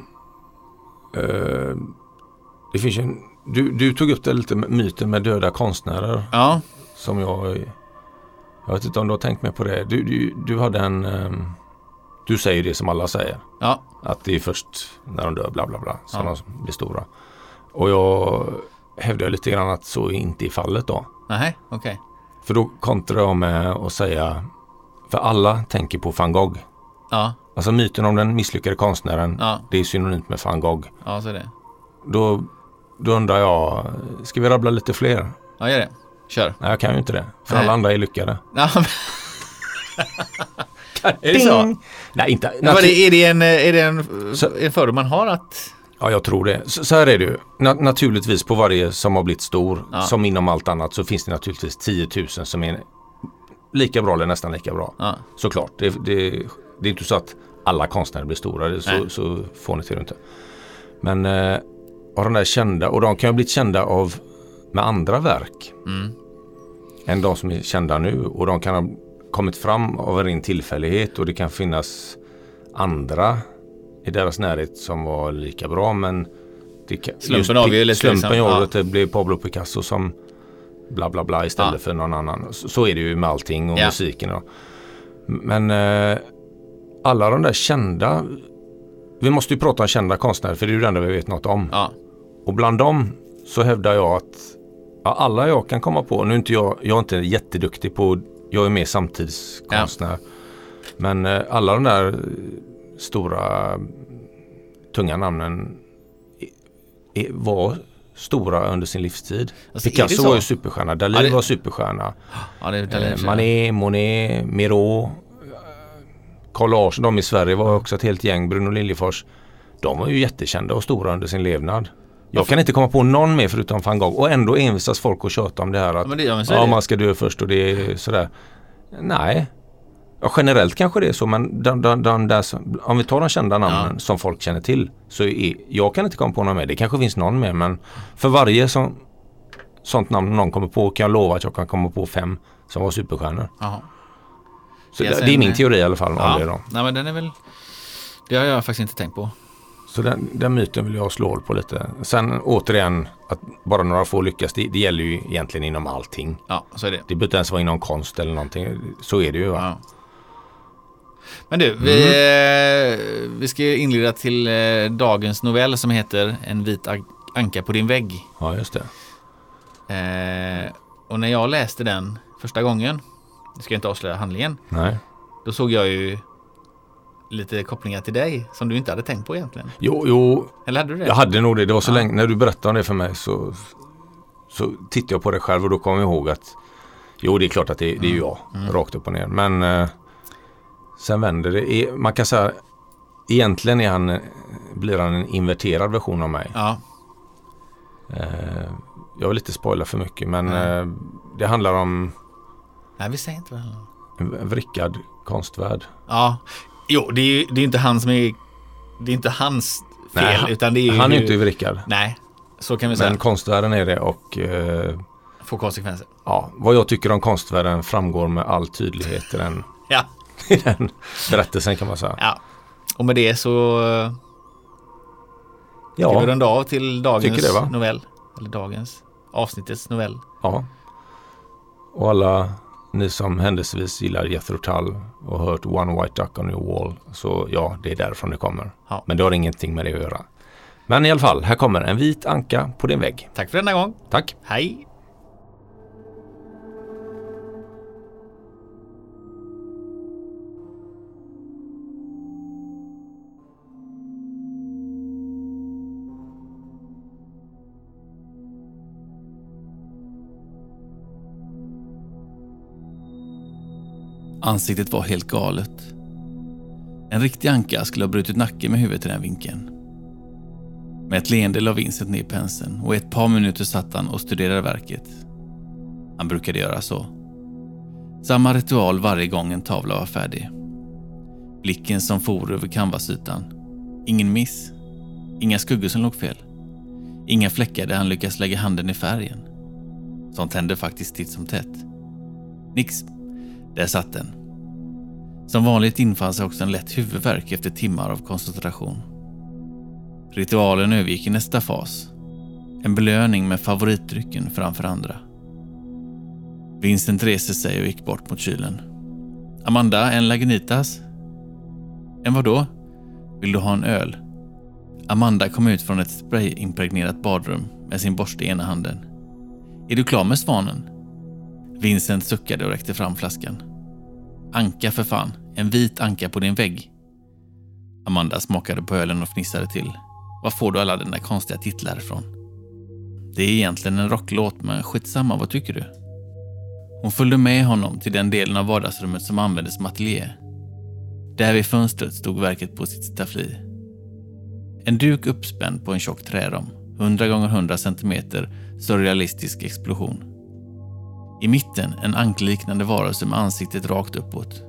Uh, det finns ju en... Du, du tog upp det lite myten med döda konstnärer. Ja. Som jag... Jag vet inte om du har tänkt med på det. Du, du, du hade en... Um, du säger det som alla säger. Ja. Att det är först när de dör, bla bla bla, som ja. de blir stora. Och jag hävdar lite grann att så inte är fallet då. Nej, okej. Okay. För då kontrar jag med att säga... För alla tänker på Van Gogh. Ja. Alltså myten om den misslyckade konstnären, ja. det är synonymt med Van Gogh. Ja, så är det. Då, då undrar jag, ska vi rabbla lite fler? Ja, gör det. Kör. Nej, jag kan ju inte det. För Nej. alla andra är lyckade. Ja, men... är det så? Nej, inte. Ja, men är det en, är det en, så, en fördom man har att... Ja, jag tror det. Så, så här är det ju. Na- naturligtvis på varje som har blivit stor, ja. som inom allt annat, så finns det naturligtvis tio tusen som är lika bra eller nästan lika bra. Ja. Såklart. Det, det, det är inte så att alla konstnärer blir stora. Det, så, så får ni till inte. Men eh, av de där kända, och de kan ju ha blivit kända av med andra verk mm. än de som är kända nu. Och de kan ha kommit fram av en ren tillfällighet, och det kan finnas andra i deras närhet som var lika bra, men det kan, slumpen avgör lite. Slumpen gör att det blir Pablo Picasso som bla bla bla istället ja. för någon annan. Så, så är det ju med allting och ja. musiken. Och. Men eh, alla de där kända, vi måste ju prata om kända konstnärer, för det är ju det enda vi vet något om. Ja. Och bland dem så hävdar jag att ja, alla jag kan komma på, nu är inte jag, jag är inte jätteduktig på, jag är mer samtidskonstnär. Ja. Men eh, alla de där stora tunga namnen är, är, var stora under sin livstid. Alltså, Picasso var ju superstjärna, Dalí ja, det... var superstjärna. Ja, det är Dalí, eh, Manet, Monet, Miro, Carl Larsson, de i Sverige var också ett helt gäng, Bruno Liljefors. De var ju jättekända och stora under sin levnad. Jag kan inte komma på någon mer förutom Van Gogh, och ändå envisas folk och tjata om det här att ja, det, ja, ja, man ska dö först och det är sådär. Nej. Ja, generellt kanske det är så, men den, den, den där, om vi tar de kända namnen ja. som folk känner till, så är, jag kan inte komma på någon mer. Det kanske finns någon mer, men för varje som, sånt namn någon kommer på kan jag lova att jag kan komma på fem som var superstjärnor. Aha. Så det, det är min teori i alla fall. Ja. Det då. Nej, men den är väl, det har jag faktiskt inte tänkt på. Så den, den myten vill jag slå på lite. Sen återigen, att bara några få lyckas, det, det gäller ju egentligen inom allting. Ja, så är det. Det behöver inte ens vara inom konst eller någonting. Så är det ju, va? Ja. Men du, vi, mm. vi ska inleda till eh, dagens novell som heter En vit anka på din vägg. Ja, just det. Eh, och när jag läste den första gången, det ska jag inte avslöja handlingen. Nej. då såg jag ju lite kopplingar till dig som du inte hade tänkt på egentligen. Jo, jo. Eller hade du det? Jag hade nog det. Det var så ja. länge, när du berättade om det för mig så, så tittade jag på det själv och då kom jag ihåg att jo, det är klart att det, det är jag, mm. rakt upp och ner. Men eh, sen vänder det. Man kan säga, egentligen är han, blir han en inverterad version av mig. Ja. Eh, jag vill inte spoila för mycket, men eh, det handlar om Nej, vi säger inte vad det handlar om. En vrickad konstvärld. Ja, jo, det är, det är inte han som är, det är inte hans fel, Nej, han, utan det är ju... Han är inte vrickad. Nej, så kan vi säga. Men konstvärlden är det och... Eh, får konsekvenser. Ja, vad jag tycker om konstvärlden framgår med all tydlighet i den, ja. i den berättelsen kan man säga. Ja, och med det så ska ja. vi runda av till dagens det, va? novell. Eller dagens avsnittets novell. Ja. Och alla ni som händelsevis gillar Jethro Tull och hört One White Duck on Your Wall, så ja, det är därifrån det kommer. Ja. Men det har ingenting med det att göra. Men i alla fall, här kommer en vit anka på din vägg. Tack för denna gång. Tack. Hej. Ansiktet var helt galet. En riktig anka skulle ha brutit nacken med huvudet i den vinkeln. Med ett leende la Vincent ner penseln och ett par minuter satt han och studerade verket. Han brukade göra så. Samma ritual varje gång en tavla var färdig. Blicken som for över canvasytan. Ingen miss. Inga skuggor som låg fel. Inga fläckar där han lyckas lägga handen i färgen. Sånt hände faktiskt titt som tätt. Nix. Där satt den. Som vanligt infann sig också en lätt huvudvärk efter timmar av koncentration. Ritualen övergick i nästa fas. En belöning med favoritdrycken framför andra. Vincent reste sig och gick bort mot kylen. Amanda, en Lagunitas? En vadå? Vill du ha en öl? Amanda kom ut från ett sprayimpregnerat badrum med sin borste i ena handen. Är du klar med svanen? Vincent suckade och räckte fram flaskan. Anka för fan, en vit anka på din vägg. Amanda smakade på ölen och fnissade till. Var får du alla den där konstiga titlar ifrån? Det är egentligen en rocklåt, men skitsamma, vad tycker du? Hon följde med honom till den delen av vardagsrummet som användes som ateljé. Där vid fönstret stod verket på sitt staffli. En duk uppspänd på en tjock träram, hundra gånger hundra centimeter, surrealistisk explosion. I mitten en ankliknande varelse med ansiktet rakt uppåt.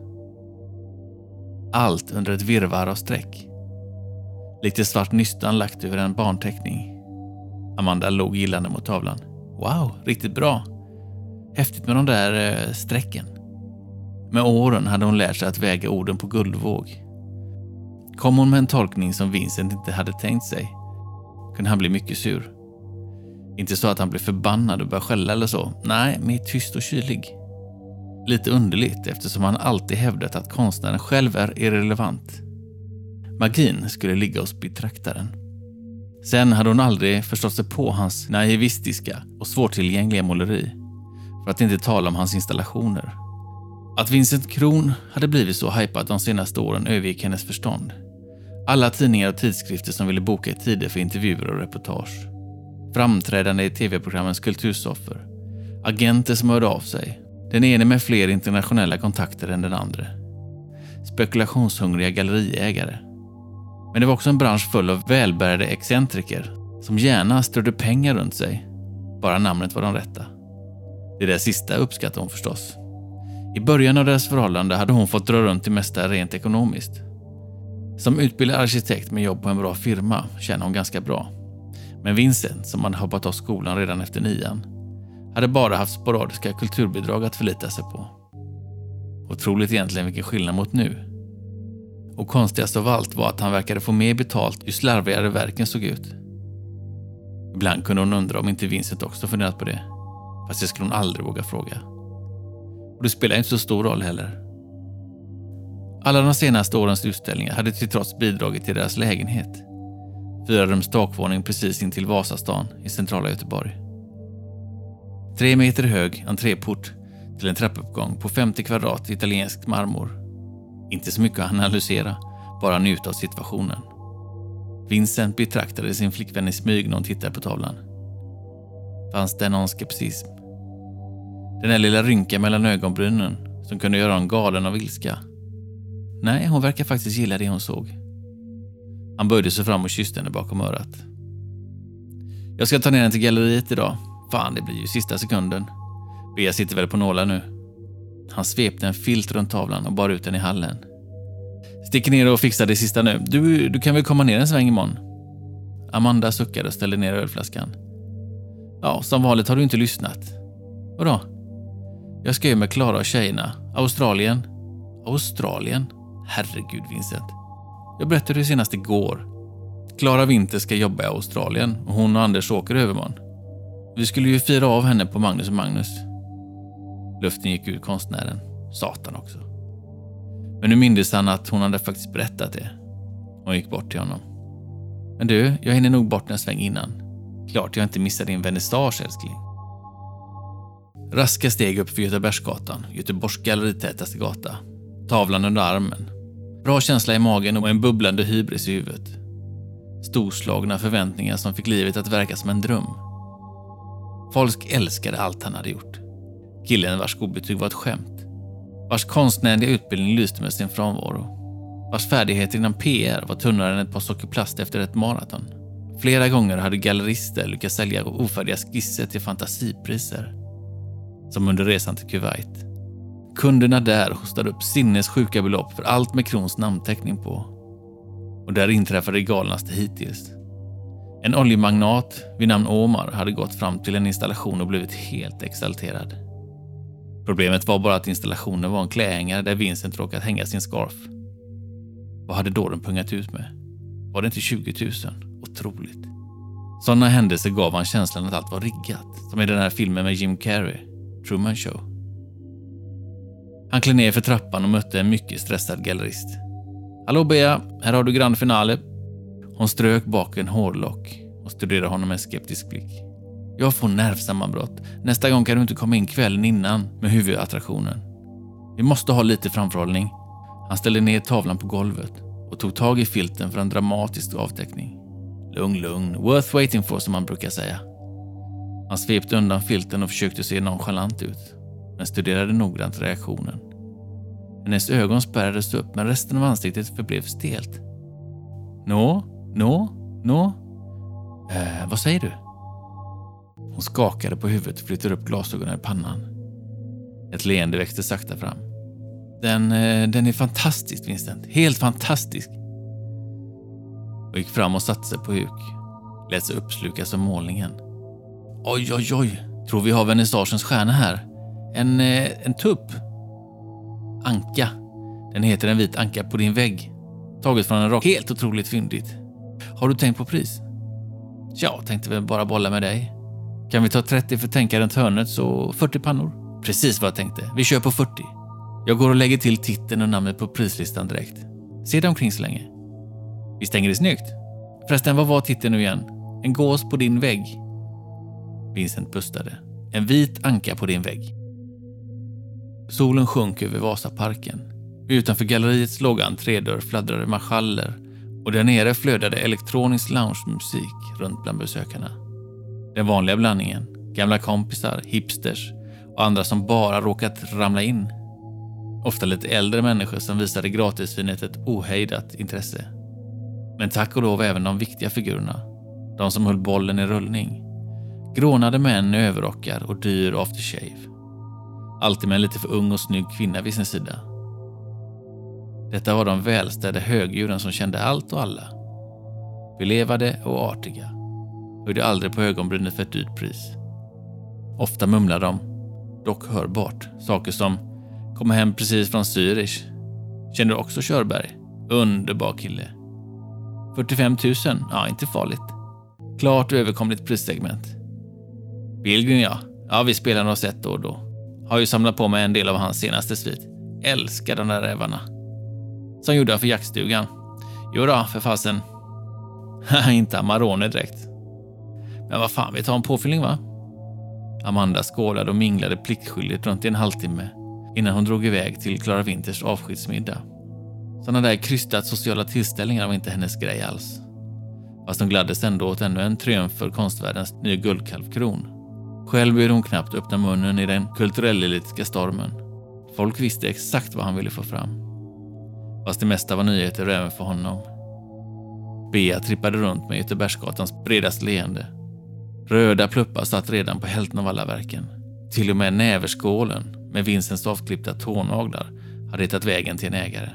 Allt under ett virrvarr av streck. Lite svart nystan lagt över en barnteckning. Amanda låg gillande mot tavlan. Wow, riktigt bra. Häftigt med de där eh, strecken. Med åren hade hon lärt sig att väga orden på guldvåg. Kom hon med en tolkning som Vincent inte hade tänkt sig, kunde han bli mycket sur. Inte så att han blev förbannad och började skälla eller så. Nej, mer tyst och kylig. Lite underligt eftersom han alltid hävdat att konstnären själv är irrelevant. Magin skulle ligga hos betraktaren. Sen hade hon aldrig förstått sig på hans naivistiska och svårtillgängliga måleri. För att inte tala om hans installationer. Att Vincent Kron hade blivit så hypad de senaste åren övergick hennes förstånd. Alla tidningar och tidskrifter som ville boka tider för intervjuer och reportage. Framträdande i tv-programmens kultursoffer. Agenter som hörde av sig. Den ene med fler internationella kontakter än den andra. Spekulationshungriga galleriägare. Men det var också en bransch full av välbärgade excentriker som gärna strödde pengar runt sig. Bara namnet var de rätta. Det där sista uppskattade hon förstås. I början av deras förhållande hade hon fått dra runt det mesta rent ekonomiskt. Som utbildad arkitekt med jobb på en bra firma känner hon ganska bra. Men Vincent, som hade hoppat av skolan redan efter nian, hade bara haft sporadiska kulturbidrag att förlita sig på. Otroligt egentligen vilken skillnad mot nu. Och konstigast av allt var att han verkade få mer betalt ju slarvigare verken såg ut. Ibland kunde hon undra om inte Vincent också funderat på det. Fast det skulle hon aldrig våga fråga. Och det spelar inte så stor roll heller. Alla de senaste årens utställningar hade till trots bidragit till deras lägenhet. Fyra rums takvåning precis in till Vasastan i centrala Göteborg. Tre meter hög entréport till en trappuppgång på femtio kvadrat italiensk marmor. Inte så mycket att analysera, bara njuta av situationen. Vincent betraktade sin flickvän i smyg när hon tittade på tavlan. Fanns det någon skepsism? Den där lilla rynka mellan ögonbrynen som kunde göra hon galen av ilska. Nej, hon verkar faktiskt gilla det hon såg. Han böjde sig fram och kysste henne bakom örat. Jag ska ta ner den till galleriet idag. Fan, det blir ju sista sekunden. Bea sitter väl på nålar nu. Han svepte en filt runt tavlan och bar ut den i hallen. Stick ner och fixa det sista nu. Du, du kan väl komma ner en sväng imorgon? Amanda suckade och ställde ner ölflaskan. Ja, som vanligt har du inte lyssnat. Vadå? Jag ska ju med Klara och tjejerna. Australien. Australien? Herregud, Vincent. Jag berättade det senast igår. Klara Winter ska jobba i Australien och hon och Anders åker övermorgon. Vi skulle ju fira av henne på Magnus och Magnus. Luften gick ur konstnären. Satan också. Men nu mindes han att hon hade faktiskt berättat det. Hon gick bort till honom. Men du, jag hinner nog bort en sväng innan. Klart jag inte missade din vernissage, älskling. Raska steg upp för Göteborgsgatan, Göteborgs galleritätaste gata. Tavlan under armen. Bra känsla i magen och en bubblande hybris i huvudet. Storslagna förväntningar som fick livet att verka som en dröm. Folk älskade allt han hade gjort. Killen vars skolbetyg var ett skämt. Vars konstnärliga utbildning lyste med sin frånvaro. Vars färdigheter inom P R var tunnare än ett par socker plast efter ett maraton. Flera gånger hade gallerister lyckats sälja ofärdiga skisser till fantasipriser. Som under resan till Kuwait. Kunderna där hostade upp sinnessjuka belopp för allt med Krons namnteckning på. Och där inträffade det galnaste hittills. En oljemagnat vid namn Omar hade gått fram till en installation och blivit helt exalterad. Problemet var bara att installationen var en klädhängare där Vincent råkat hänga sin scarf. Vad hade då den pungat ut med? Var det inte tjugo tusen? Otroligt. Sådana händelser gav han känslan att allt var riggat. Som i den här filmen med Jim Carrey, Truman Show. Han klev ner för trappan och mötte en mycket stressad gallerist. Hallå Bea, här har du grand finale. Hon strök bak en hårlock och studerade honom med en skeptisk blick. Jag får nervsammanbrott. Nästa gång kan du inte komma in kvällen innan med huvudattraktionen. Vi måste ha lite framförhållning. Han ställde ner tavlan på golvet och tog tag i filten för en dramatisk avteckning. Lugn, lugn. Worth waiting for, som man brukar säga. Han svepte undan filten och försökte se nonchalant ut, men studerade noggrant reaktionen. Hennes ögon spärrades upp, men resten av ansiktet förblev stelt. Nå, nå, nå. Eh, vad säger du? Hon skakade på huvudet och flyttade upp glasögonen i pannan. Ett leende växte sakta fram. Den, eh, den är fantastisk, Vincent. Helt fantastisk. Och gick fram och satte sig på huk. Lät sig uppslukas av målningen. Oj, oj, oj. Tror vi har vernissagens stjärna här. En, eh, en tupp. Anka. Den heter en vit anka på din vägg. Taget från en rock. Helt otroligt fyndigt. Har du tänkt på pris? Ja, tänkte väl bara bolla med dig. Kan vi ta trettio för tänkaren till hörnet, så fyrtio pannor? Precis vad jag tänkte. Vi kör på fyrtio. Jag går och lägger till titeln och namnet på prislistan direkt. Se dig omkring så länge. Vi stänger det snyggt. Förresten, vad var titeln nu igen? En gås på din vägg. Vincent pustade. En vit anka på din vägg. Solen sjönk över Vasaparken. Utanför galleriets låga entrédörr fladdrade marschaller och där nere flödade elektronisk loungemusik runt bland besökarna. Den vanliga blandningen, gamla kompisar, hipsters och andra som bara råkat ramla in. Ofta lite äldre människor som visade gratisvinet ett ohejdat intresse. Men tack och lov även de viktiga figurerna, de som höll bollen i rullning. Grånade män i överrockar och dyr aftershave. Alltid med en lite för ung och snygg kvinna vid sin sida. Detta var de välstädda högdjuren som kände allt och alla. Belevade och artiga. Höjde aldrig på ögonbrynet för ett dyrt pris. Ofta mumlade de, dock hörbart, saker som kom hem precis från Zürich. Känner du också Körberg? Underbar kille. fyrtiofem tusen? Ja, inte farligt. Klart överkomligt prissegment. Billgren, ja. Ja, vi spelar något sätt då och då. Har ju samlat på mig en del av hans senaste svit. Älskar de där rävarna. Som gjorde jag för jaktstugan. Jo då, för fasen. Inte Amarone direkt. Men vad fan, vi tar en påfyllning, va? Amanda skålade och minglade pliktskyldigt runt i en halvtimme innan hon drog iväg till Klara Winters avskedsmiddag. Sådana där krystat sociala tillställningar var inte hennes grej alls. Fast hon gladdes ändå åt ännu en triumf för konstvärldens nya guldkalvkron. Själv ville hon knappt öppna munnen i den kulturell-elitiska stormen. Folk visste exakt vad han ville få fram. Fast det mesta var nyheter även för honom. Bea trippade runt med Göteborgsgatans bredaste leende. Röda pluppar satt redan på hälften av alla verken. Till och med näverskålen med Vincents avklippta tånaglar hade hittat vägen till en ägare.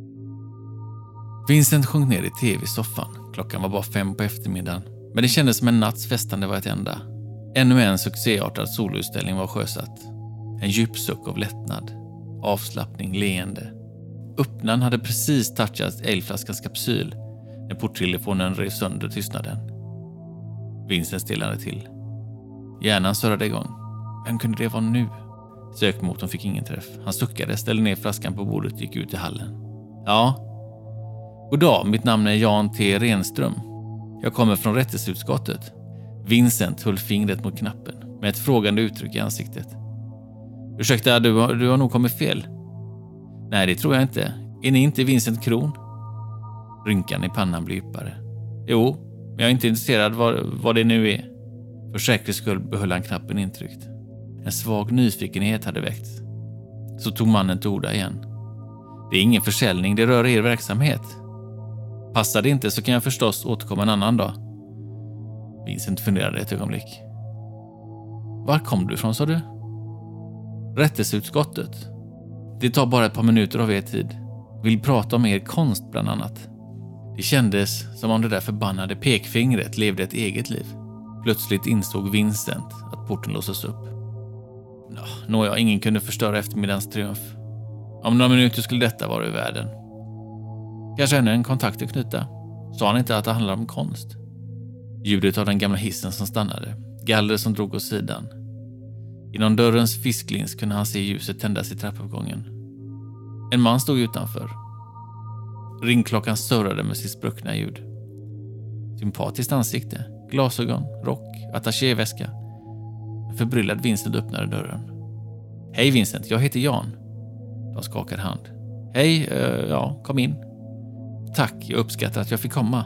Vincent sjönk ner i tv-soffan. Klockan var bara fem på eftermiddagen. Men det kändes som en natts festande var ett enda. Ännu en succéartad soloutställning var sjösatt. En djup suck av lättnad. Avslappning, leende. Öppnaren hade precis touchat älgflaskans kapsyl när porttelefonen rev sönder tystnaden. Vincent stillade till. Hjärnan surrade igång. Vem kunde det vara nu? Sökmotorn fick ingen träff. Han suckade, ställde ner flaskan på bordet och gick ut i hallen. Ja. God dag, mitt namn är Jan T. Renström. Jag kommer från rättelseutskottet. Vincent höll fingret mot knappen med ett frågande uttryck i ansiktet. Ursäkta, du har, du har nog kommit fel. Nej, det tror jag inte. Är ni inte Vincent Kron? Rynkan i pannan blir djupare. Jo, men jag är inte intresserad vad, vad det nu är. För säkerhets skull behöll han knappen intryckt. En svag nyfikenhet hade väckts. Så tog mannen till orda igen. Det är ingen försäljning, det rör er verksamhet. Passar det inte så kan jag förstås återkomma en annan dag. Vincent funderade ett ögonblick. Var kom du ifrån, sa du? Rättelseutskottet. Det tar bara ett par minuter av er tid. Vill prata om er konst bland annat. Det kändes som om det där förbannade pekfingret levde ett eget liv. Plötsligt insåg Vincent att porten låsas upp. Nå, nåja, ingen kunde förstöra eftermiddagens triumf. Om några minuter skulle detta vara i världen. Kanske ännu en kontakt att knyta. Sa han inte att det handlar om konst? Ljudet av den gamla hissen som stannade. Gallret som drog åt sidan. Inom dörrens fisklins kunde han se ljuset tändas i trappuppgången. En man stod utanför. Ringklockan surrade med sitt spruckna ljud. Sympatiskt ansikte, glasögon, rock, attachéväska. En förbryllad Vincent öppnade dörren. Hej Vincent, jag heter Jan. De skakade hand. Hej, uh, ja, kom in. Tack, jag uppskattar att jag fick komma.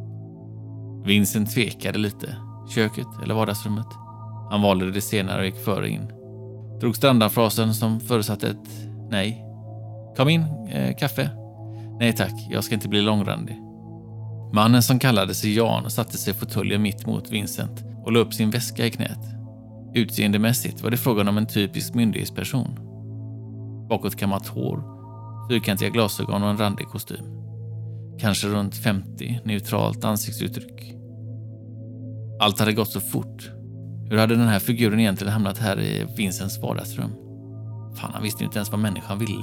Vincent tvekade lite. Köket eller vardagsrummet. Han valde det senare och gick före in. Drog standardfrasen som förutsatte ett nej. Kom in, eh, kaffe. Nej tack, jag ska inte bli långrandig. Mannen som kallade sig Jan satte sig fåtöljen mitt mot Vincent och la upp sin väska i knät. Utseendemässigt var det frågan om en typisk myndighetsperson. Bakåtkammat hår, fyrkantiga glasögon och en randig kostym. Kanske runt femtio, neutralt ansiktsuttryck. Allt hade gått så fort. Hur hade den här figuren egentligen hamnat här i Vincents vardagsrum? Fan, han visste ju inte ens vad människan ville.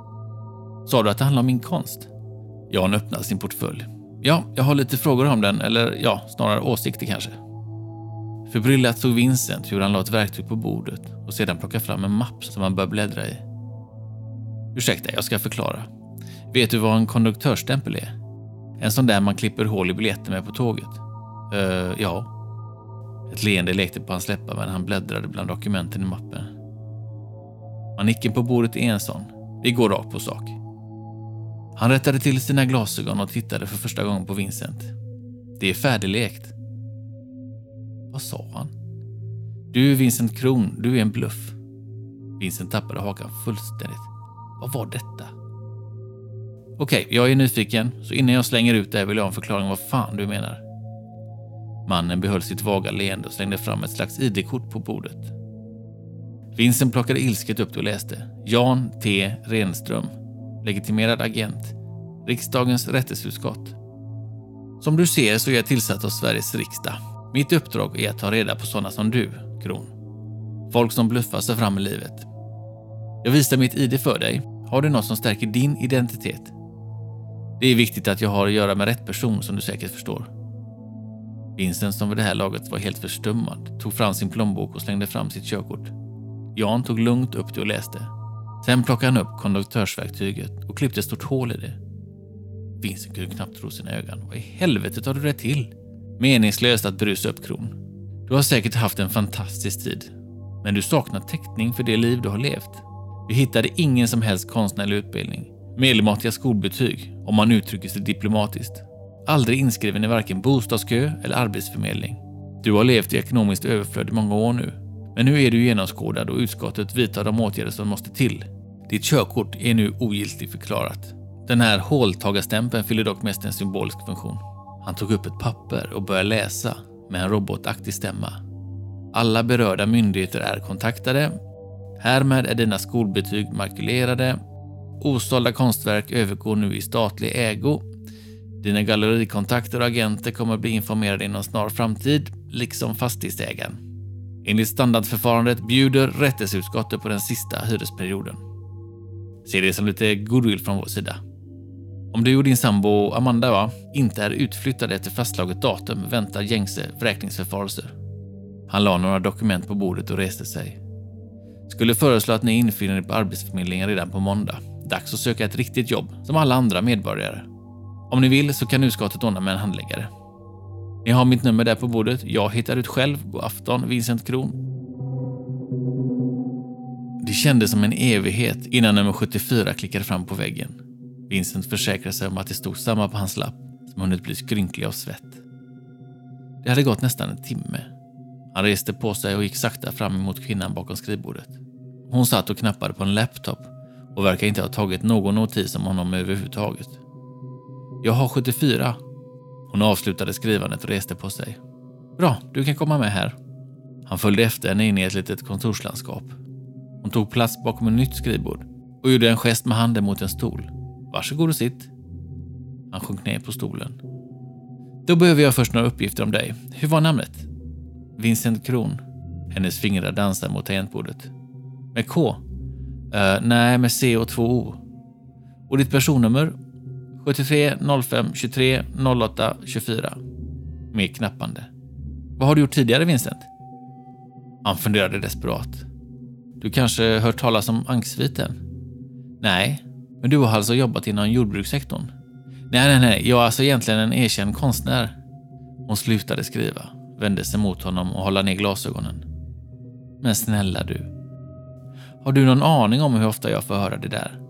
Sa du att det handlar om min konst? Jan öppnade sin portfölj. Ja, jag har lite frågor om den, eller ja, snarare åsikter kanske. Förbryllat såg Vincent hur han la ett verktyg på bordet och sedan plockade fram en mapp som han började bläddra i. Ursäkta, jag ska förklara. Vet du vad en konduktörsstämpel är? En sån där man klipper hål i biljetten med på tåget. Uh, ja. Ett leende lekte på hans läppar men han bläddrade bland dokumenten i mappen. Manicken på bordet är en sån. Vi går rakt på sak. Han rättade till sina glasögon och tittade för första gången på Vincent. Det är färdiglekt. Vad sa han? Du Vincent Kron, du är en bluff. Vincent tappade hakan fullständigt. Vad var detta? Okej, jag är nyfiken, så innan jag slänger ut det vill jag ha en förklaring vad fan du menar. Mannen behöll sitt vaga leende och slängde fram ett slags I D-kort på bordet. Vincent plockade ilsket upp och läste. Jan T. Renström, legitimerad agent, riksdagens rättelseutskott. Som du ser så är jag tillsatt av Sveriges riksdag. Mitt uppdrag är att ta reda på sådana som du, Kron. Folk som bluffar sig fram i livet. Jag visar mitt I D för dig. Har du något som stärker din identitet? Det är viktigt att jag har att göra med rätt person som du säkert förstår. Vincent, som vid det här laget var helt förstummad, tog fram sin plånbok och slängde fram sitt körkort. Jan tog lugnt upp det och läste. Sen plockade han upp konduktörsverktyget och klippte ett stort hål i det. Vincent kunde knappt tro sina ögon. Vad i helvete tar du det till? Meningslöst att brusa upp, Kron. Du har säkert haft en fantastisk tid. Men du saknar täckning för det liv du har levt. Vi hittade ingen som helst konstnärlig utbildning. Medelmåttiga skolbetyg, om man uttrycker sig diplomatiskt. Aldrig inskriven i varken bostadskö eller arbetsförmedling. Du har levt i ekonomiskt överflöd i många år nu. Men nu är du genomskådad och utskottet vidtar de åtgärder som måste till. Ditt körkort är nu ogiltigt förklarat. Den här håltagarstämpeln fyller dock mest en symbolisk funktion. Han tog upp ett papper och började läsa med en robotaktig stämma. Alla berörda myndigheter är kontaktade. Härmed är dina skolbetyg markulerade. Osålda konstverk övergår nu i statlig ägo. Dina gallerikontakter och agenter kommer att bli informerade inom snar framtid, liksom fastighetsägaren. Enligt standardförfarandet bjuder rättesutskottet på den sista hyresperioden. Se det som lite goodwill från vår sida. Om du och din sambo Amanda va, inte är utflyttade efter fastslaget datum väntar gängse vräkningsförfarelser. Han la några dokument på bordet och reste sig. Skulle föreslå att ni infinner er på arbetsförmedlingen redan på måndag. Dags att söka ett riktigt jobb, som alla andra medborgare. Om ni vill så kan utskottet ordna med en handläggare. Ni har mitt nummer där på bordet. Jag hittar ut själv. God afton, Vincent Kron. Det kändes som en evighet innan nummer sjuttiofyra klickade fram på väggen. Vincent försäkrade sig om att det stod samma på hans lapp som hunnit bli skrynklig av svett. Det hade gått nästan en timme. Han reste på sig och gick sakta fram emot kvinnan bakom skrivbordet. Hon satt och knappade på en laptop och verkar inte ha tagit någon notis om honom överhuvudtaget. Jag har sjuttiofyra. Hon avslutade skrivandet och reste på sig. Bra, du kan komma med här. Han följde efter henne in i ett litet kontorslandskap. Hon tog plats bakom ett nytt skrivbord och gjorde en gest med handen mot en stol. Varsågod och sitt. Han sjönk ner på stolen. Då behöver jag först några uppgifter om dig. Hur var namnet? Vincent Kron. Hennes fingrar dansade mot tangentbordet. Med K? Uh, nej, med C och två O. Och ditt personnummer? sjuttiotre noll fem tjugotre noll åtta tjugofyra. Med knappande. Vad har du gjort tidigare, Vincent? Han funderade desperat. Du kanske hört talas om ankesviten? Nej, men du har alltså jobbat inom jordbrukssektorn? Nej, nej, nej. Jag är alltså egentligen en erkänd konstnär. Hon slutade skriva, vände sig mot honom och hålla ner glasögonen. Men snälla du. Har du någon aning om hur ofta jag får höra det där?